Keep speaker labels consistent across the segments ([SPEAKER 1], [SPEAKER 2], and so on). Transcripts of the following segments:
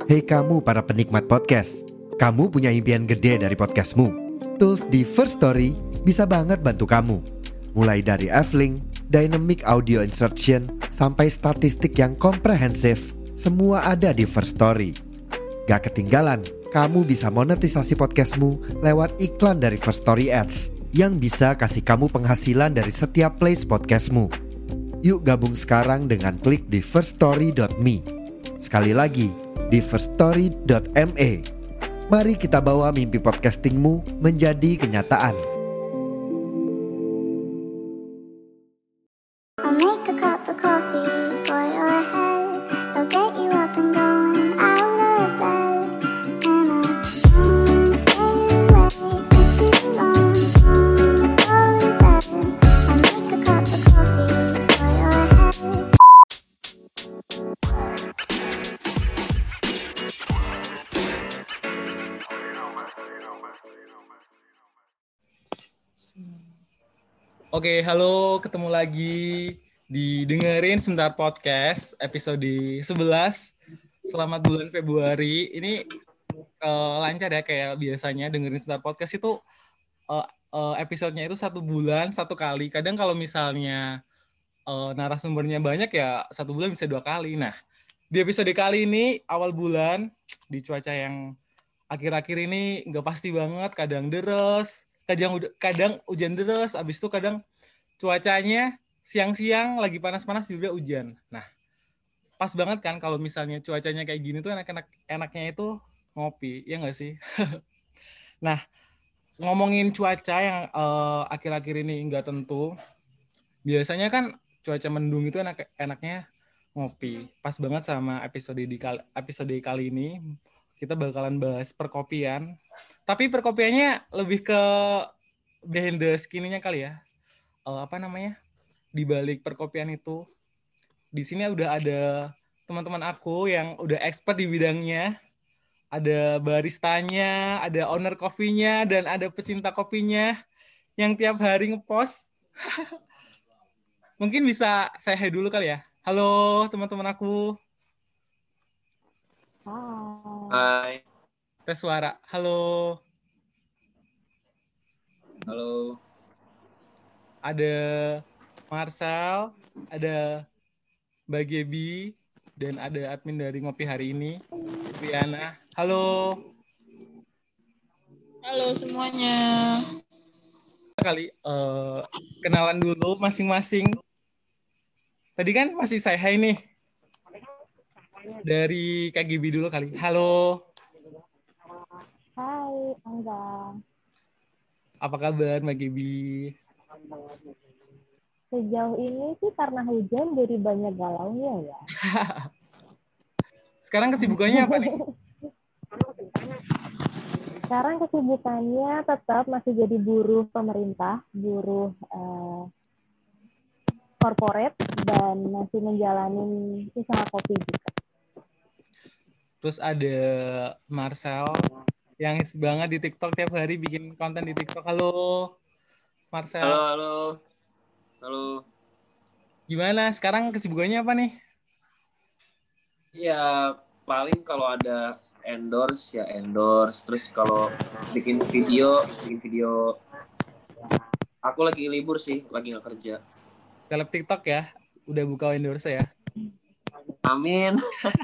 [SPEAKER 1] Hei kamu para penikmat podcast, kamu punya impian gede dari podcastmu. Tools di First Story bisa banget bantu kamu. Mulai dari F-Link, Dynamic Audio Insertion, sampai statistik yang komprehensif, semua ada di First Story. Gak ketinggalan, kamu bisa monetisasi podcastmu lewat iklan dari First Story Ads yang bisa kasih kamu penghasilan dari setiap plays podcastmu. Yuk gabung sekarang dengan klik di firststory.me. Sekali lagi, di firststory.me. Mari kita bawa mimpi podcastingmu menjadi kenyataan.
[SPEAKER 2] I'll make a cup of coffee for your head. I'll get you up and going out of bed. And I won't stay awake for too long. Won't go to bed. I'll make a cup of coffee for your head.
[SPEAKER 3] Oke, halo, ketemu lagi di Dengerin Sebentar Podcast episode 11. Selamat bulan Februari. Ini lancar ya kayak biasanya Dengerin Sebentar Podcast itu episodenya itu 1 bulan 1 kali. Kadang kalau misalnya narasumbernya banyak ya 1 bulan bisa 2 kali. Nah, di episode kali ini awal bulan di cuaca yang akhir-akhir ini nggak pasti banget, kadang deres, kadang hujan deras, abis itu kadang cuacanya siang-siang lagi panas-panas juga hujan. Nah, pas banget kan kalau misalnya cuacanya kayak gini tuh enaknya itu ngopi, ya nggak sih? Nah, ngomongin cuaca yang akhir-akhir ini nggak tentu, biasanya kan cuaca mendung itu enaknya ngopi. Pas banget sama episode kali ini kita bakalan bahas perkopian. Tapi perkopiannya lebih ke behind the skin-nya kali ya. Apa namanya? Di balik perkopian itu. Di sini udah ada teman-teman aku yang udah expert di bidangnya. Ada baristanya, ada owner kopinya, dan ada pecinta kopinya yang tiap hari ngepost. Mungkin bisa saya hai dulu kali ya. Halo teman-teman aku.
[SPEAKER 4] Hai,
[SPEAKER 3] Tes suara. Halo.
[SPEAKER 4] halo.
[SPEAKER 3] Ada Marcel, ada Mbak Gebi, dan ada admin dari Ngopi hari ini, Riana. Halo.
[SPEAKER 5] Halo semuanya.
[SPEAKER 3] Kali kenalan dulu masing-masing. Tadi kan masih saya hai nih. Dari Kak Gebi dulu kali. Halo.
[SPEAKER 5] Hai Angga.
[SPEAKER 3] Apa kabar Mbak Gebi?
[SPEAKER 5] Sejauh ini sih karena hujan jadi banyak galaunya ya.
[SPEAKER 3] Sekarang kesibukannya apa nih?
[SPEAKER 5] Sekarang kesibukannya tetap masih jadi buruh pemerintah, buruh corporate, dan masih menjalani usaha kopi juga.
[SPEAKER 3] Terus ada Marcel yang hits banget di TikTok, tiap hari bikin konten di TikTok. Halo Marcel.
[SPEAKER 4] Halo.
[SPEAKER 3] Gimana? Sekarang kesibukannya apa nih?
[SPEAKER 4] Ya, paling kalau ada endorse ya endorse. Terus kalau bikin video. Aku lagi libur sih, lagi nggak kerja.
[SPEAKER 3] Seleb TikTok ya? Udah buka endorse ya?
[SPEAKER 4] Amin.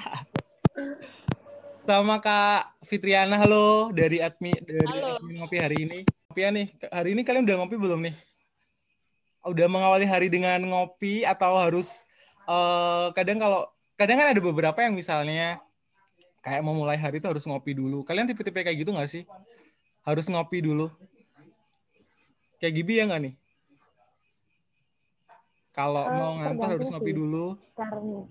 [SPEAKER 3] Sama Kak Fitriana, halo dari admin
[SPEAKER 5] Halo.
[SPEAKER 3] Ngopi hari ini. Ngopi ya nih. Hari ini kalian udah ngopi belum nih? Udah mengawali hari dengan ngopi atau harus kadang kan ada beberapa yang misalnya kayak mau mulai hari itu harus ngopi dulu. Kalian tipe-tipe kayak gitu nggak sih? Harus ngopi dulu. Kayak Gibi ya nggak nih? Kalau mau ngantor harus ngopi
[SPEAKER 5] sih.
[SPEAKER 3] dulu.
[SPEAKER 5] Karena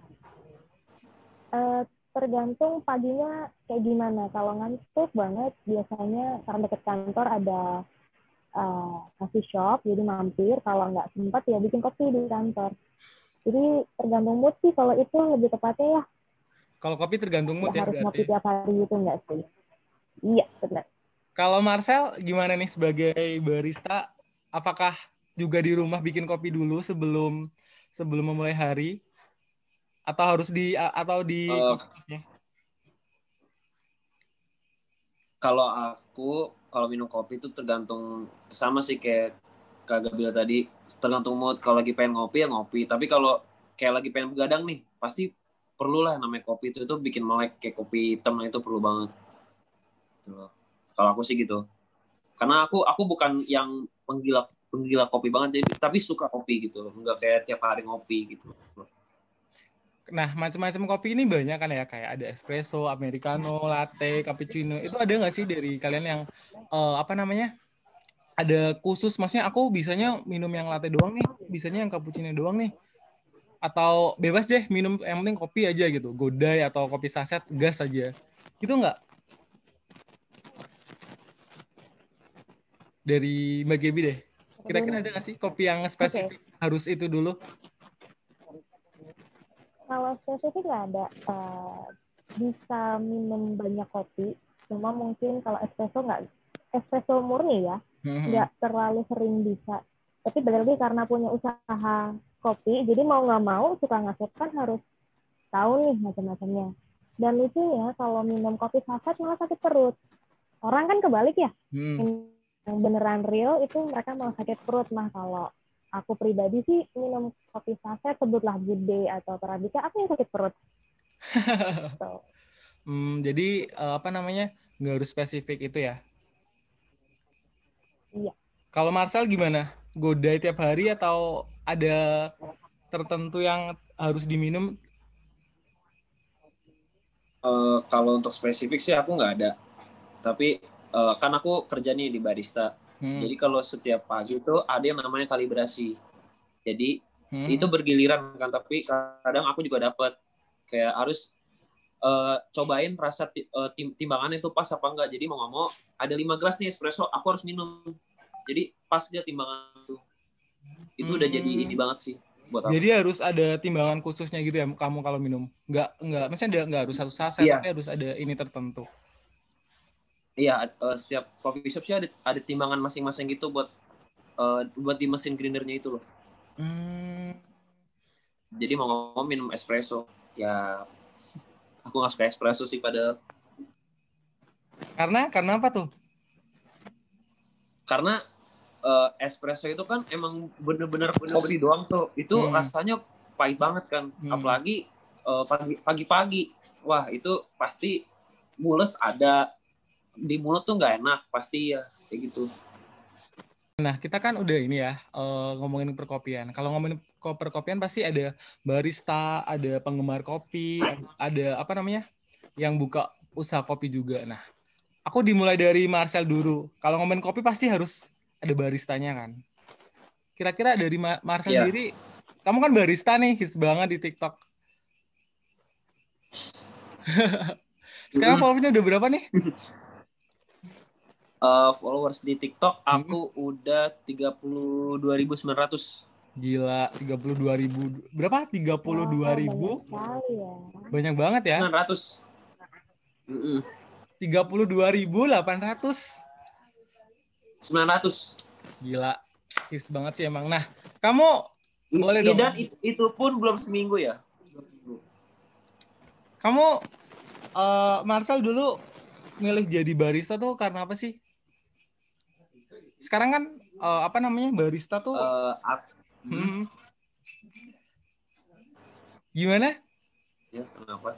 [SPEAKER 5] tergantung paginya kayak gimana. Kalau ngantuk banget biasanya karena deket kantor ada coffee shop, jadi mampir. Kalau nggak sempat ya bikin kopi di kantor. Jadi tergantung mood sih, kalau itu lebih tepatnya ya.
[SPEAKER 3] Kalau kopi tergantung mood ya
[SPEAKER 5] Harus ngopi
[SPEAKER 3] berarti.
[SPEAKER 5] tiap hari gitu nggak sih? Iya, benar.
[SPEAKER 3] Kalau Marcel gimana nih sebagai barista? Apakah juga di rumah bikin kopi dulu sebelum memulai hari? Atau harus di coffee shop-nya?
[SPEAKER 4] Kalau aku kalau minum kopi itu tergantung sama sih kayak Kak Gabriel tadi, tergantung mood. Kalau lagi pengen ngopi ya ngopi. Tapi kalau kayak lagi pengen begadang nih, pasti perlulah namanya kopi itu bikin melek kayak kopi hitam itu perlu banget. Gitu. Kalau aku sih gitu. Karena aku bukan yang penggila kopi banget jadi tapi suka kopi gitu. Enggak kayak tiap hari ngopi gitu.
[SPEAKER 3] Nah, macam-macam kopi ini banyak kan ya, kayak ada espresso, americano, latte, cappuccino. Itu ada nggak sih dari kalian yang apa namanya? Ada khusus, maksudnya aku bisanya minum yang latte doang nih, bisanya yang cappuccino doang nih. Atau bebas deh minum yang penting kopi aja gitu, godai atau kopi saset, gas aja. Itu nggak? Dari Mbak Gaby deh. Kira-kira ada nggak sih kopi yang spesifik harus itu dulu?
[SPEAKER 5] Kalau spesifik nggak ada. Bisa minum banyak kopi, cuma mungkin kalau espresso murni ya, nggak terlalu sering bisa. Tapi berarti karena punya usaha kopi, jadi mau nggak mau suka ngasih kan harus tahu nih macam-macamnya. Dan lucunya kalau minum kopi saset malah sakit perut. Orang kan kebalik ya, yang beneran real itu mereka malah sakit perut. Nah kalau aku pribadi sih minum kopi saset, sebutlah Good Day atau Arabica, apa yang sakit perut? So.
[SPEAKER 3] Jadi apa namanya, nggak harus spesifik itu ya?
[SPEAKER 5] Iya.
[SPEAKER 3] Kalau Marcel gimana? Godai tiap hari atau ada tertentu yang harus diminum?
[SPEAKER 4] Kalau untuk spesifik sih aku nggak ada. Tapi kan aku kerja nih di barista. Jadi kalau setiap pagi itu ada yang namanya kalibrasi. Jadi itu bergiliran kan. Tapi kadang aku juga dapat kayak harus cobain rasa timbangan itu pas apa enggak. Jadi mau nggak mau ada 5 gelas nih espresso, aku harus minum. Jadi pas dia timbangan itu udah jadi ini banget sih buat aku.
[SPEAKER 3] Jadi harus ada timbangan khususnya gitu ya kamu kalau minum. Nggak, maksudnya nggak harus satu saset, tapi harus ada ini tertentu.
[SPEAKER 4] Iya, setiap coffee shop sih ada timbangan masing-masing gitu buat di mesin grindernya itu loh. Jadi mau ngomong minum espresso, ya aku nggak suka espresso sih padahal.
[SPEAKER 3] Karena apa tuh?
[SPEAKER 4] Karena espresso itu kan emang bener-bener kopi doang tuh. Itu rasanya pahit banget kan. Apalagi pagi-pagi. Wah itu pasti mules ada. Di mulut tuh nggak enak. Pasti ya kayak gitu.
[SPEAKER 3] Nah kita kan udah ini ya ngomongin perkopian. Kalau ngomongin perkopian pasti ada barista, ada penggemar kopi, ada apa namanya yang buka usaha kopi juga. Nah aku dimulai dari Marcel dulu. Kalau ngomongin kopi pasti harus ada baristanya kan. Kira-kira dari Marcel sendiri, kamu kan barista nih, hits banget di TikTok. Sekarang followernya udah berapa nih?
[SPEAKER 4] Followers di TikTok aku udah 32.900.
[SPEAKER 3] Gila, 32.000. Berapa? 32.000? Banyak banget ya?
[SPEAKER 4] 900.
[SPEAKER 3] 32.800.
[SPEAKER 4] 900.
[SPEAKER 3] Gila, hits banget sih emang. Nah, kamu boleh dong.
[SPEAKER 4] Dan itu pun belum seminggu ya.
[SPEAKER 3] Kamu, Marcel dulu milih jadi barista tuh karena apa sih? Sekarang kan apa namanya barista tuh? Gimana?
[SPEAKER 4] Ya kenapa?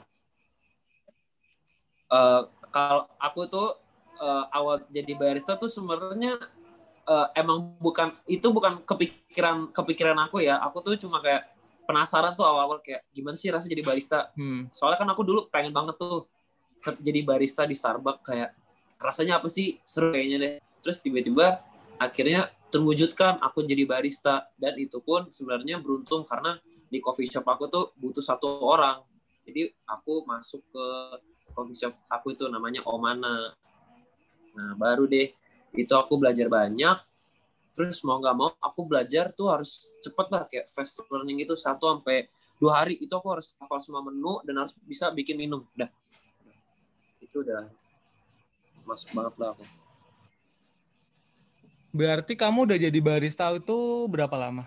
[SPEAKER 4] Kalau aku tuh awal jadi barista tuh sebenarnya emang bukan kepikiran aku ya. Aku tuh cuma kayak penasaran tuh awal-awal kayak gimana sih rasanya jadi barista. Soalnya kan aku dulu pengen banget tuh jadi barista di Starbucks, kayak rasanya apa sih, seru kayaknya deh. Terus tiba-tiba akhirnya terwujudkan aku jadi barista, dan itu pun sebenarnya beruntung karena di coffee shop aku tuh butuh 1 orang. Jadi aku masuk ke coffee shop aku itu namanya Omana. Nah baru deh itu aku belajar banyak. Terus mau nggak mau aku belajar tuh harus cepet lah, kayak fast learning itu 1-2 hari itu aku harus hafal semua menu dan harus bisa bikin minum. Itu udah masuk banget lah aku.
[SPEAKER 3] Berarti kamu udah jadi barista itu berapa lama?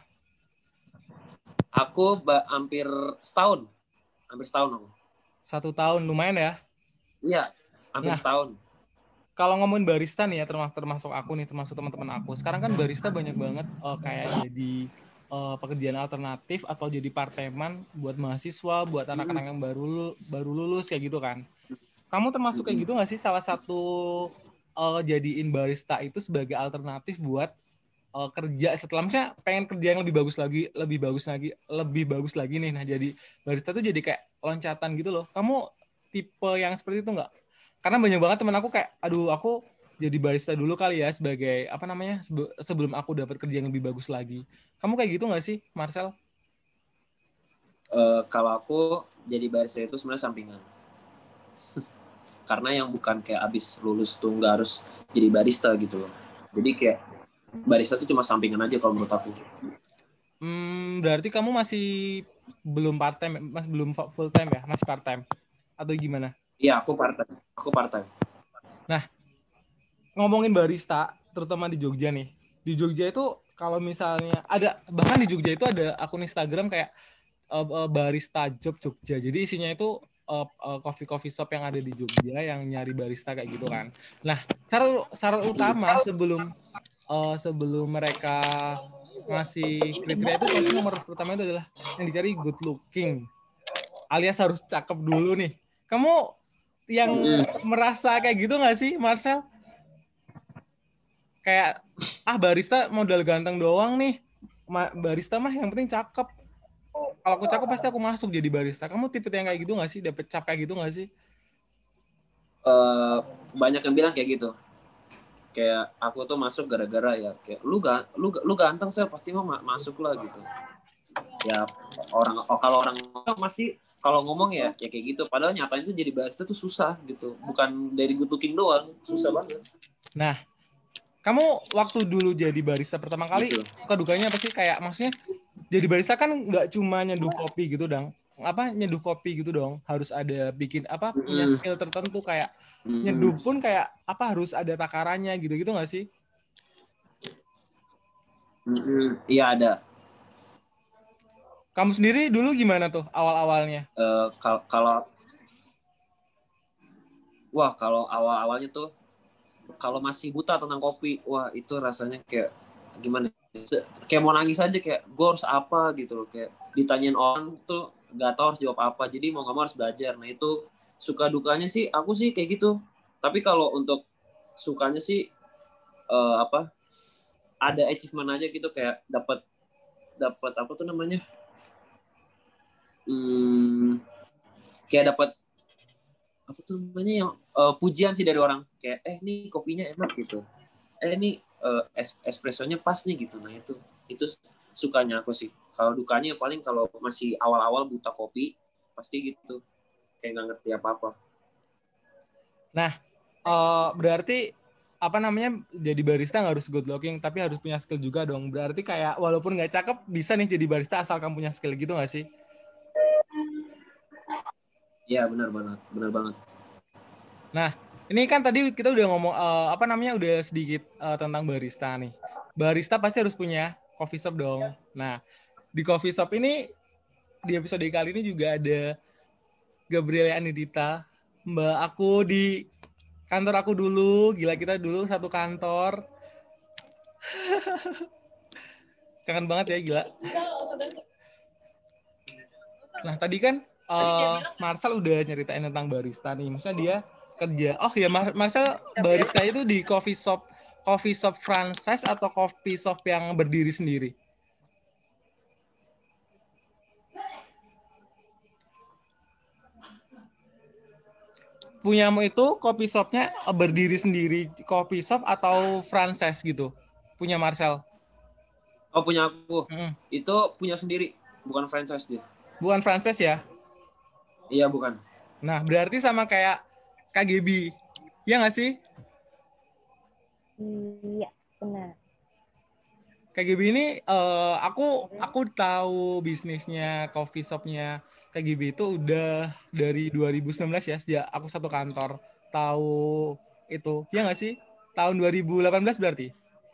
[SPEAKER 4] Aku hampir setahun aku.
[SPEAKER 3] 1 tahun, lumayan ya?
[SPEAKER 4] Iya, hampir setahun.
[SPEAKER 3] kalau ngomongin barista nih ya, termasuk aku nih, termasuk teman-teman aku. Sekarang kan barista banyak banget kayak jadi pekerjaan alternatif atau jadi part-time buat mahasiswa, buat anak-anak yang baru lulus kayak gitu kan. Kamu termasuk kayak gitu nggak sih, salah satu jadiin barista itu sebagai alternatif buat kerja setelah, misalnya pengen kerja yang lebih bagus lagi nih. Nah, jadi barista tuh jadi kayak loncatan gitu loh. Kamu tipe yang seperti itu nggak? Karena banyak banget teman aku kayak, aduh aku jadi barista dulu kali ya sebagai apa namanya, sebelum aku dapat kerja yang lebih bagus lagi. Kamu kayak gitu nggak sih, Marcel?
[SPEAKER 4] Kalau aku jadi barista itu sebenarnya sampingan. Karena yang bukan kayak abis lulus tuh nggak harus jadi barista gitu loh. Jadi kayak barista itu cuma sampingan aja kalau menurut aku.
[SPEAKER 3] Berarti kamu masih belum part time, masih belum full time ya, masih part time atau gimana?
[SPEAKER 4] Iya, aku part time.
[SPEAKER 3] Nah, ngomongin barista, terutama di Jogja nih. Di Jogja itu kalau misalnya ada, bahkan di Jogja itu ada akun Instagram kayak barista job Jogja. Jadi isinya itu coffee shop yang ada di Jogja yang nyari barista kayak gitu kan. Nah, syarat utama sebelum mereka ngasih kriteria itu pasti nomor pertama itu adalah yang dicari good looking, alias harus cakep dulu nih. Kamu yang merasa kayak gitu nggak sih, Marcel? Kayak barista modal ganteng doang nih, barista mah yang penting cakep. Kalau aku cakep pasti aku masuk jadi barista. Kamu tipe yang kayak gitu nggak sih, dapet cap kayak gitu nggak sih?
[SPEAKER 4] Banyak yang bilang kayak gitu. Kayak aku tuh masuk gara-gara ya kayak lu ganteng sih pasti mau masuk lah gitu. Ya kalau orang masih kalau ngomong ya kayak gitu. Padahal nyatanya tuh jadi barista tuh susah gitu. Bukan dari good looking doang, susah banget.
[SPEAKER 3] Nah, kamu waktu dulu jadi barista pertama kali
[SPEAKER 4] Gitu.
[SPEAKER 3] suka dukanya apa sih? Kayak maksudnya jadi barista kan nggak cuma nyeduh kopi gitu dong. Nyeduh kopi gitu dong. Harus ada bikin punya skill tertentu kayak nyeduh pun kayak harus ada takarannya gitu-gitu nggak sih?
[SPEAKER 4] Iya ada.
[SPEAKER 3] Kamu sendiri dulu gimana tuh awal-awalnya?
[SPEAKER 4] Kalau awal-awalnya tuh kalau masih buta tentang kopi, wah itu rasanya kayak gimana? Kayak mau nangis aja, kayak gue harus apa gitu loh, kayak ditanyain orang tuh nggak tahu harus jawab apa, jadi mau nggak mau harus belajar. Nah itu suka dukanya sih aku sih kayak gitu. Tapi kalau untuk sukanya sih ada achievement aja gitu, kayak dapat apa tuh namanya, kayak dapat apa tuh namanya yang pujian sih dari orang, kayak ini kopinya enak gitu, ini espressonya pas nih gitu. Nah itu sukanya aku sih. Kalau dukanya paling kalau masih awal-awal buta kopi pasti gitu, kayak nggak ngerti apa-apa.
[SPEAKER 3] Nah, berarti apa namanya, jadi barista nggak harus good looking tapi harus punya skill juga dong. Berarti kayak walaupun nggak cakep bisa nih jadi barista asal kamu punya skill gitu nggak sih?
[SPEAKER 4] Iya benar banget.
[SPEAKER 3] Nah, ini kan tadi kita udah ngomong udah sedikit tentang barista nih. Barista pasti harus punya coffee shop dong. Nah, di coffee shop ini di episode kali ini juga ada Gabriela Anidita, mbak aku di kantor aku dulu. Gila, kita dulu satu kantor. Kangen banget ya, gila. Nah, tadi kan Marcel udah nyeritain tentang barista nih. Maksudnya dia kerja. Oh ya, Marcel barista itu di coffee shop franchise atau coffee shop yang berdiri sendiri? Punyamu itu coffee shopnya berdiri sendiri, coffee shop atau franchise gitu? Punya Marcel?
[SPEAKER 4] Oh punya aku, itu punya sendiri, bukan franchise dia.
[SPEAKER 3] Bukan franchise ya?
[SPEAKER 4] Iya bukan.
[SPEAKER 3] Nah, berarti sama kayak KGB. Iya nggak sih?
[SPEAKER 5] Iya, benar.
[SPEAKER 3] KGB ini aku tahu bisnisnya coffee shopnya KGB itu udah dari 2019 ya, sejak aku satu kantor tahu itu. Iya nggak sih? Tahun 2018 berarti?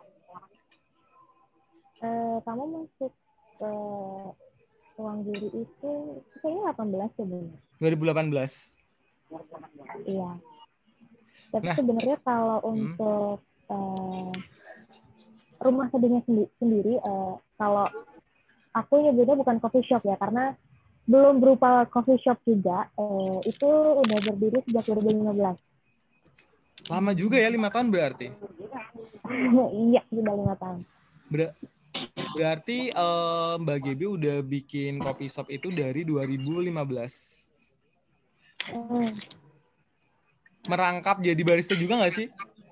[SPEAKER 5] Kamu masuk ke ruang juri itu kayaknya 18 ya, Bun?
[SPEAKER 3] 2018.
[SPEAKER 5] Iya. Tapi
[SPEAKER 3] Nah,
[SPEAKER 5] sebenarnya kalau untuk rumah seduhnya sendiri, kalau aku nyebutnya bukan coffee shop ya, karena belum berupa coffee shop juga. Itu udah berdiri sejak 2015.
[SPEAKER 3] lama juga ya, 5 tahun berarti.
[SPEAKER 5] Iya, sudah 5 tahun.
[SPEAKER 3] Ber- Berarti Mbak Gaby udah bikin kopi shop itu dari 2015.
[SPEAKER 5] Hmm.
[SPEAKER 3] Merangkap jadi barista juga nggak sih?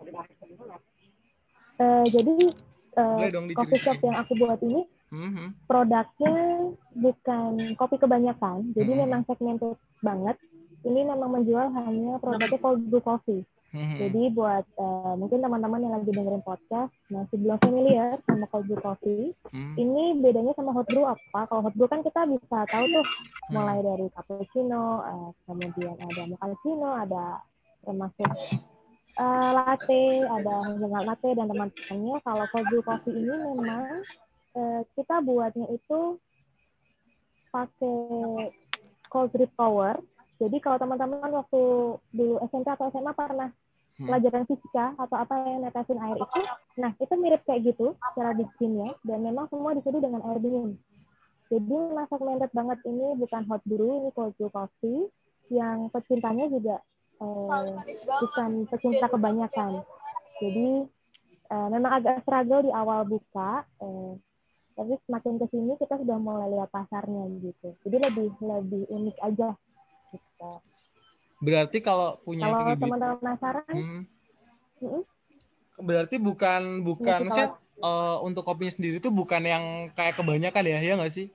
[SPEAKER 5] Jadi
[SPEAKER 3] Boleh dong
[SPEAKER 5] coffee shop
[SPEAKER 3] diceritain.
[SPEAKER 5] yang aku buat ini
[SPEAKER 3] Mhm.
[SPEAKER 5] produknya bukan kopi kebanyakan, jadi
[SPEAKER 3] Mhm.
[SPEAKER 5] memang segmented banget. Ini memang menjual hanya produknya cold brew coffee.
[SPEAKER 3] Mhm.
[SPEAKER 5] Jadi buat mungkin teman-teman yang lagi dengerin podcast masih belum familiar sama cold brew coffee, ini bedanya sama hot brew apa? Kalau hot brew kan kita bisa tahu tuh mulai dari cappuccino, kemudian ada mochaccino, ada termasuk latte, ada hazelnut latte dan teman-temannya. Kalau cold brew coffee ini memang kita buatnya itu pakai cold drip power. Jadi kalau teman-teman waktu dulu SMP atau SMA pernah pelajaran fisika atau apa yang netesin air itu, nah itu mirip kayak gitu cara bikinnya, dan memang semua diseduh dengan air dingin. Jadi memang segmented banget, ini bukan hot brew, ini cold brew coffee yang pecintanya juga bukan pecinta kebanyakan. Jadi memang agak struggle di awal buka, tapi semakin kesini kita sudah mulai lihat pasarnya gitu. Jadi lebih unik aja gitu.
[SPEAKER 3] Berarti kalau punya
[SPEAKER 5] Kalau
[SPEAKER 3] Gaby,
[SPEAKER 5] teman-teman penasaran,
[SPEAKER 3] berarti bukan
[SPEAKER 5] gitu
[SPEAKER 3] maksudnya
[SPEAKER 5] kalau
[SPEAKER 3] untuk kopinya sendiri tuh bukan yang kayak kebanyakan ya nggak sih?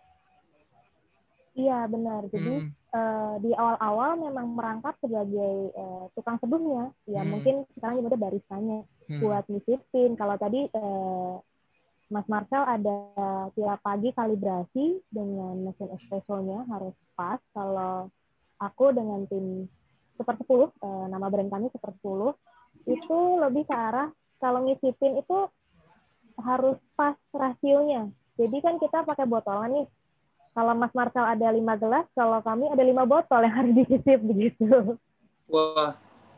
[SPEAKER 5] iya benar. Jadi di awal-awal memang merangkap sebagai tukang seduhnya. Ya mungkin sekarang nyebutnya baristanya buat nyisipin. Kalau tadi Mas Marcel ada tiap pagi kalibrasi dengan mesin espressonya harus pas. Kalau aku dengan tim Super 10, nama brand kami Super 10, itu lebih ke arah kalau ngisipin itu harus pas rasionya. Jadi kan kita pakai botolan nih. Kalau Mas Marcel ada 5 gelas, kalau kami ada 5 botol yang harus disisip begitu.
[SPEAKER 4] Wah,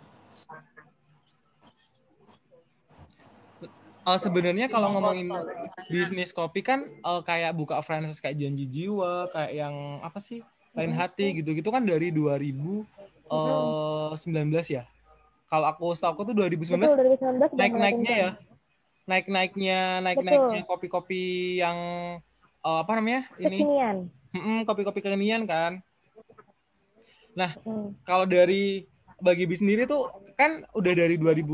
[SPEAKER 3] Sebenarnya kalau ngomongin bisnis kopi kan kayak buka franchise kayak Janji Jiwa, kayak yang apa sih? Lain Hati gitu-gitu kan dari 2019 ya. Kalau aku setahu aku tuh 2019
[SPEAKER 5] Betul, 2019 sudah mulai
[SPEAKER 3] naik-naiknya ya.
[SPEAKER 5] kencang.
[SPEAKER 3] Naik-naiknya kopi-kopi yang apa namanya? Ini
[SPEAKER 5] Kekinian.
[SPEAKER 3] kopi-kopi kekinian kan. Nah, kalau dari bagi bis sendiri tuh kan udah dari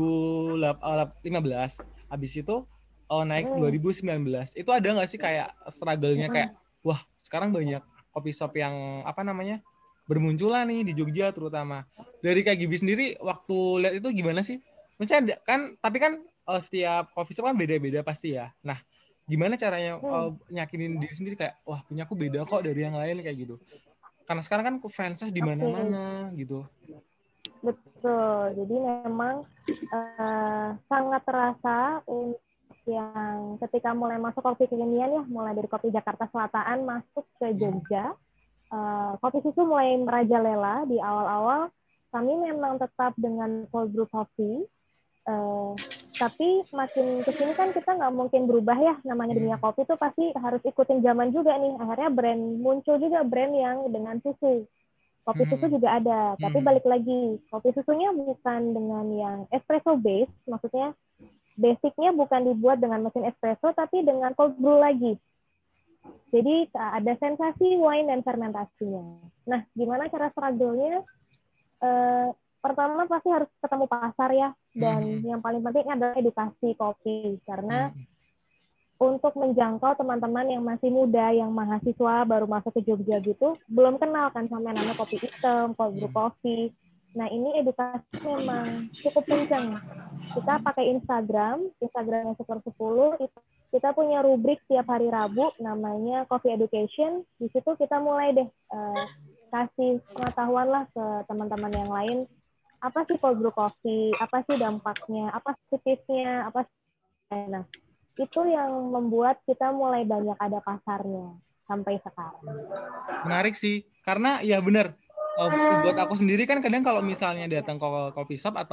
[SPEAKER 3] 2015. Habis itu naik 2019. Itu ada nggak sih kayak struggle-nya kayak wah, sekarang banyak kopi shop yang apa namanya? Bermunculan nih di Jogja terutama. Dari Kak Gibi sendiri waktu lihat itu gimana sih? Maksudnya kan tapi kan setiap coffee shop kan beda-beda pasti ya. Nah, gimana caranya nyakinin diri sendiri kayak wah, punya aku beda kok dari yang lain kayak gitu. Karena sekarang kan franchise di mana-mana gitu.
[SPEAKER 5] Betul. Jadi memang sangat terasa untuk yang ketika mulai masuk kopi kekinian ya, mulai dari kopi Jakarta Selatan masuk ke Jogja, kopi susu mulai merajalela. Di awal-awal kami memang tetap dengan cold brew coffee, tapi makin kesini kan kita nggak mungkin berubah ya, namanya dunia kopi tuh pasti harus ikutin zaman juga nih. Akhirnya muncul juga brand yang dengan susu. Kopi susu juga ada, tapi balik lagi, kopi susunya bukan dengan yang espresso base, maksudnya basicnya bukan dibuat dengan mesin espresso, tapi dengan cold brew lagi. Jadi ada sensasi wine dan fermentasinya. Nah, gimana cara struggle-nya? Pertama pasti harus ketemu pasar ya, dan yang paling penting adalah edukasi kopi, karena untuk menjangkau teman-teman yang masih muda, yang mahasiswa baru masuk ke Jogja gitu, belum kenal kan sama yang namanya kopi hitam, cold brew coffee. Nah, ini edukasi memang cukup kencang. Kita pakai Instagramnya Super 10, kita punya rubrik tiap hari Rabu namanya Coffee Education. Di situ kita mulai deh kasih pengetahuan lah ke teman-teman yang lain, apa sih cold brew coffee, apa sih dampaknya, apa sih tipsnya, apa sih. Nah, itu yang membuat kita mulai banyak ada pasarnya sampai sekarang.
[SPEAKER 3] Menarik sih, karena ya benar. Buat aku sendiri kan kadang kalau misalnya datang ke coffee shop atau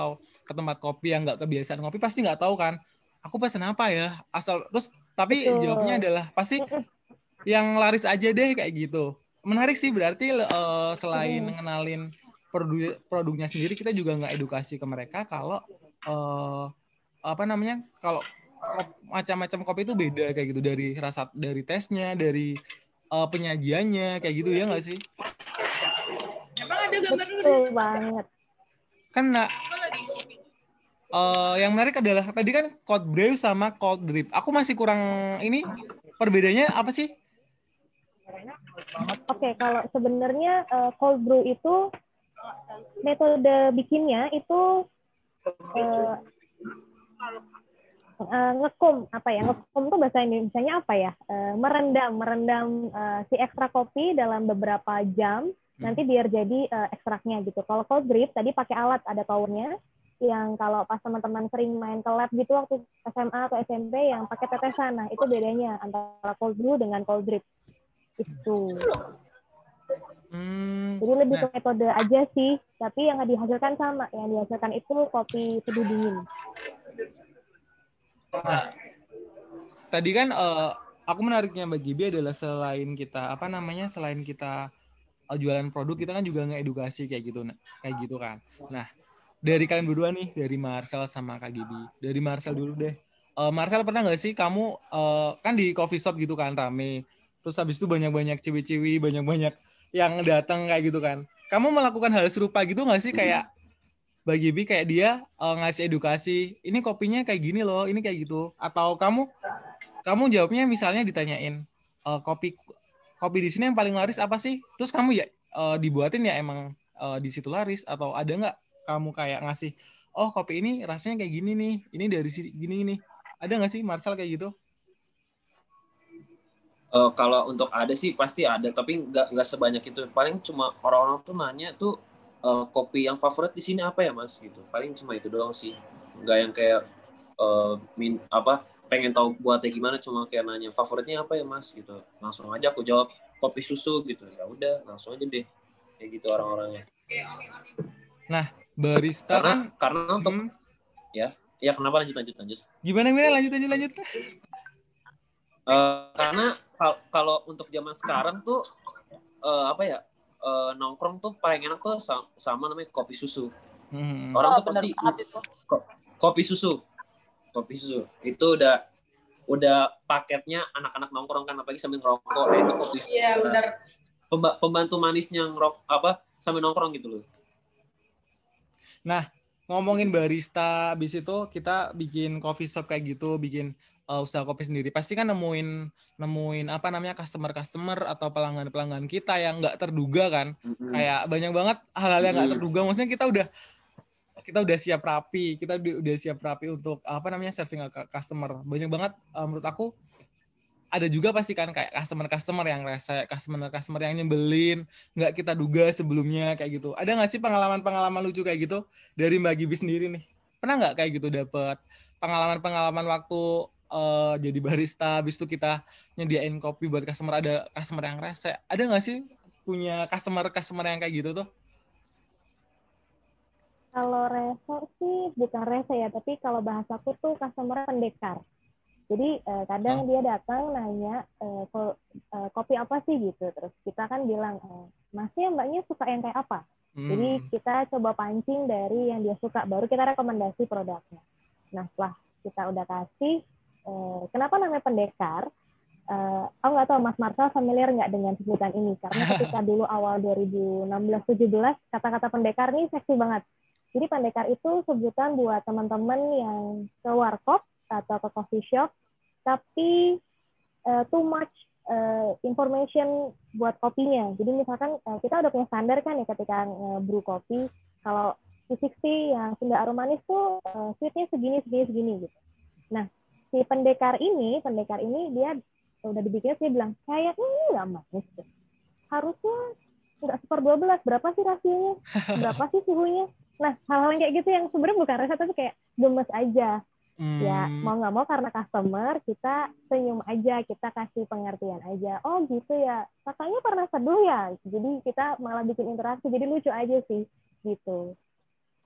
[SPEAKER 3] ke tempat kopi yang nggak kebiasaan kopi pasti nggak tahu kan. Aku pesen apa ya? Asal terus tapi
[SPEAKER 5] Betul.
[SPEAKER 3] jawabnya adalah pasti yang laris aja deh kayak gitu. Menarik sih berarti selain ngenalin produknya sendiri kita juga nggak edukasi ke mereka kalau apa namanya kalau macam-macam kopi itu beda kayak gitu dari rasa dari tesnya dari penyajiannya kayak gitu ya nggak sih?
[SPEAKER 5] Betul banget.
[SPEAKER 3] Kan yang menarik adalah tadi kan cold brew sama cold drip. Aku masih kurang ini perbedaannya apa sih?
[SPEAKER 5] Oke, kalau sebenarnya cold brew itu metode bikinnya itu ngekum apa ya, ngekum tuh bahasa Indonesianya apa ya, merendam si ekstra kopi dalam beberapa jam nanti biar jadi ekstraknya gitu. Kalau cold drip tadi pakai alat, ada towernya yang kalau pas teman-teman sering main ke lab gitu waktu SMA atau SMP yang pakai tetesan. Nah itu bedanya antara cold brew dengan cold drip itu. Jadi lebih ke metode aja sih, tapi yang dihasilkan sama, yang dihasilkan itu kopi teduh dingin.
[SPEAKER 3] Nah, tadi kan aku menariknya Mbak Gibi adalah selain kita selain kita jualan produk, kita kan juga ngedukasi kayak gitu kan. Nah, dari kalian berdua nih, dari Marcel sama Kak Gibi. Dari Marcel dulu deh. Marcel pernah nggak sih kamu kan di coffee shop gitu kan rame. Terus habis itu banyak-banyak ciwi-ciwi, banyak-banyak yang datang kayak gitu kan. Kamu melakukan hal serupa gitu nggak sih kayak Mbak Gibi kayak dia ngasih edukasi, ini kopinya kayak gini loh, ini kayak gitu. Atau kamu jawabnya misalnya ditanyain kopi di sini yang paling laris apa sih? Terus kamu ya dibuatin ya emang di situ laris atau ada nggak kamu kayak ngasih kopi ini rasanya kayak gini nih, ini dari sini gini. Ada nggak sih Marcel kayak gitu?
[SPEAKER 4] Kalau untuk ada sih pasti ada, tapi nggak sebanyak itu. Paling cuma orang-orang tuh nanya tuh kopi yang favorit di sini apa ya mas gitu. Paling cuma itu doang sih. Nggak yang kayak pengen tahu buatnya gimana, cuma kayak nanya favoritnya apa ya mas gitu. Langsung aja aku jawab kopi susu gitu. Ya udah langsung aja deh kayak gitu orang-orangnya.
[SPEAKER 3] Nah barista
[SPEAKER 4] karena untuk ya kenapa lanjut.
[SPEAKER 3] Gimana lanjut.
[SPEAKER 4] Karena kalau untuk zaman sekarang tuh nongkrong tuh paling enak tuh sama namanya kopi susu. Orang tuh pasti kopi susu itu udah paketnya anak-anak nongkrong kan, apalagi sambil ngerokok. Itu kopi susu. Iya benar. Pembantu manisnya sambil nongkrong gitu loh.
[SPEAKER 3] Nah ngomongin barista, habis itu kita bikin coffee shop kayak gitu, bikin usaha kopi sendiri, pasti kan nemuin apa namanya customer atau pelanggan kita yang nggak terduga kan. Kayak banyak banget hal-hal yang nggak terduga. Maksudnya kita udah siap rapi untuk apa namanya serving ke customer. Banyak banget menurut aku. Ada juga pasti kan kayak customer yang rese, customer yang nyebelin, nggak kita duga sebelumnya kayak gitu. Ada nggak sih pengalaman lucu kayak gitu dari Mbak Gibi sendiri nih? Pernah nggak kayak gitu dapet pengalaman waktu jadi barista, habis itu kita nyediain kopi buat customer, ada customer yang rese? Ada nggak sih punya customer yang kayak gitu tuh?
[SPEAKER 5] Kalau rese sih bukan rese ya, tapi kalau bahasaku tuh customer pendekar. Jadi kadang dia datang nanya kopi apa sih gitu, terus kita kan bilang masnya mbaknya suka yang kayak apa. Jadi kita coba pancing dari yang dia suka, baru kita rekomendasi produknya. Nah setelah kita udah kasih, kenapa namanya pendekar? Aku nggak tahu Mas Marcel familiar nggak dengan sebutan ini, karena ketika dulu awal 2016-17 kata-kata pendekar ini seksi banget. Jadi pendekar itu sebutan buat teman-teman yang ke warkop atau ke coffee shop, tapi too much information buat kopinya. Jadi misalkan kita udah punya standar kan ya ketika brew kopi, kalau V60 yang Sunda Aromanis tuh sweetnya segini gitu. Nah, si pendekar ini dia udah dibikin, dia bilang, kayaknya nggak manis tuh. Harusnya nggak 1/12, berapa sih rasionya? Berapa sih suhunya? Nah, hal-hal kayak gitu yang sebenarnya bukan rasa, tapi kayak gemes aja. Ya, mau nggak mau karena customer, kita senyum aja, kita kasih pengertian aja. Oh gitu ya, kakaknya pernah seduh ya? Jadi kita malah bikin interaksi, jadi lucu aja sih, gitu.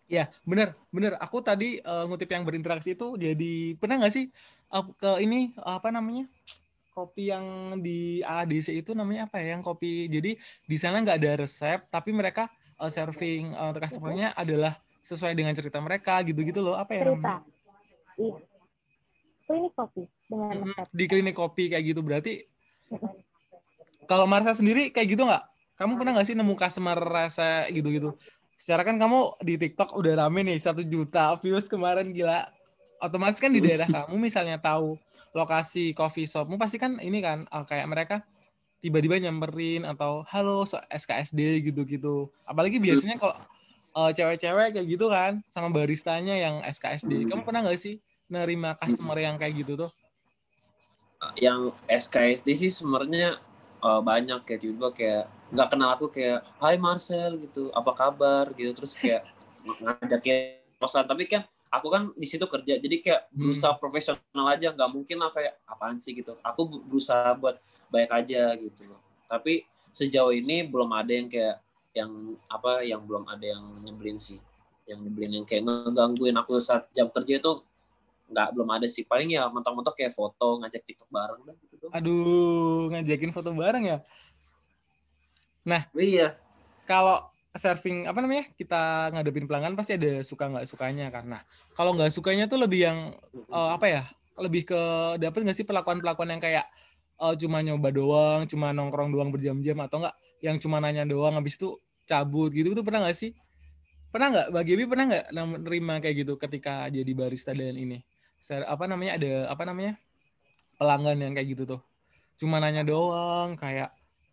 [SPEAKER 3] Ya, bener. Aku tadi ngutip yang berinteraksi itu jadi pernah nggak sih ke ini apa namanya kopi yang di ADC itu namanya apa ya? Yang kopi jadi di sana nggak ada resep tapi mereka serving customer-nya adalah sesuai dengan cerita mereka gitu-gitu loh. Apa ya
[SPEAKER 5] Cerita.
[SPEAKER 3] namanya?
[SPEAKER 5] Iya. Klinik kopi dengan resep.
[SPEAKER 3] Di klinik kopi kayak gitu berarti. Kalau Marsa sendiri kayak gitu nggak? Kamu pernah nggak sih nemu customer rasa gitu-gitu? Secara kan kamu di TikTok udah rame nih 1 juta views kemarin gila. Otomatis kan di daerah kamu misalnya tahu lokasi coffee shopmu pasti kan ini kan kayak mereka tiba-tiba nyamperin atau halo SKSD gitu-gitu. Apalagi biasanya kalau cewek-cewek kayak gitu kan sama baristanya yang SKSD. Kamu pernah nggak sih nerima customer yang kayak gitu tuh?
[SPEAKER 4] Yang SKSD sih sebenarnya banyak kayak tiba-tiba kayak nggak kenal aku kayak Hai Marcel gitu apa kabar gitu terus kayak ngajakin kosan tapi kan aku kan di situ kerja jadi kayak berusaha profesional aja nggak mungkin lah kayak apaan sih gitu aku berusaha buat baik aja gitu loh tapi sejauh ini belum ada yang kayak yang belum ada yang nyebelin sih yang nyebelin yang kayak ngegangguin aku saat jam kerja itu nggak belum ada sih paling ya mentok-mentok kayak foto ngajak TikTok bareng lah gitu tuh.
[SPEAKER 3] Aduh, ngajakin foto bareng ya. Nah,
[SPEAKER 4] Iya.
[SPEAKER 3] kalau serving apa namanya kita ngadepin pelanggan pasti ada suka nggak sukanya karena kalau nggak sukanya tuh lebih yang apa ya lebih ke dapet nggak sih perlakuan yang kayak cuma nyoba doang cuma nongkrong doang berjam-jam atau enggak yang cuma nanya doang habis itu cabut gitu tuh pernah nggak sih Mbak Gaby pernah nggak nerima kayak gitu ketika jadi barista dan ini apa namanya ada apa namanya pelanggan yang kayak gitu tuh cuma nanya doang kayak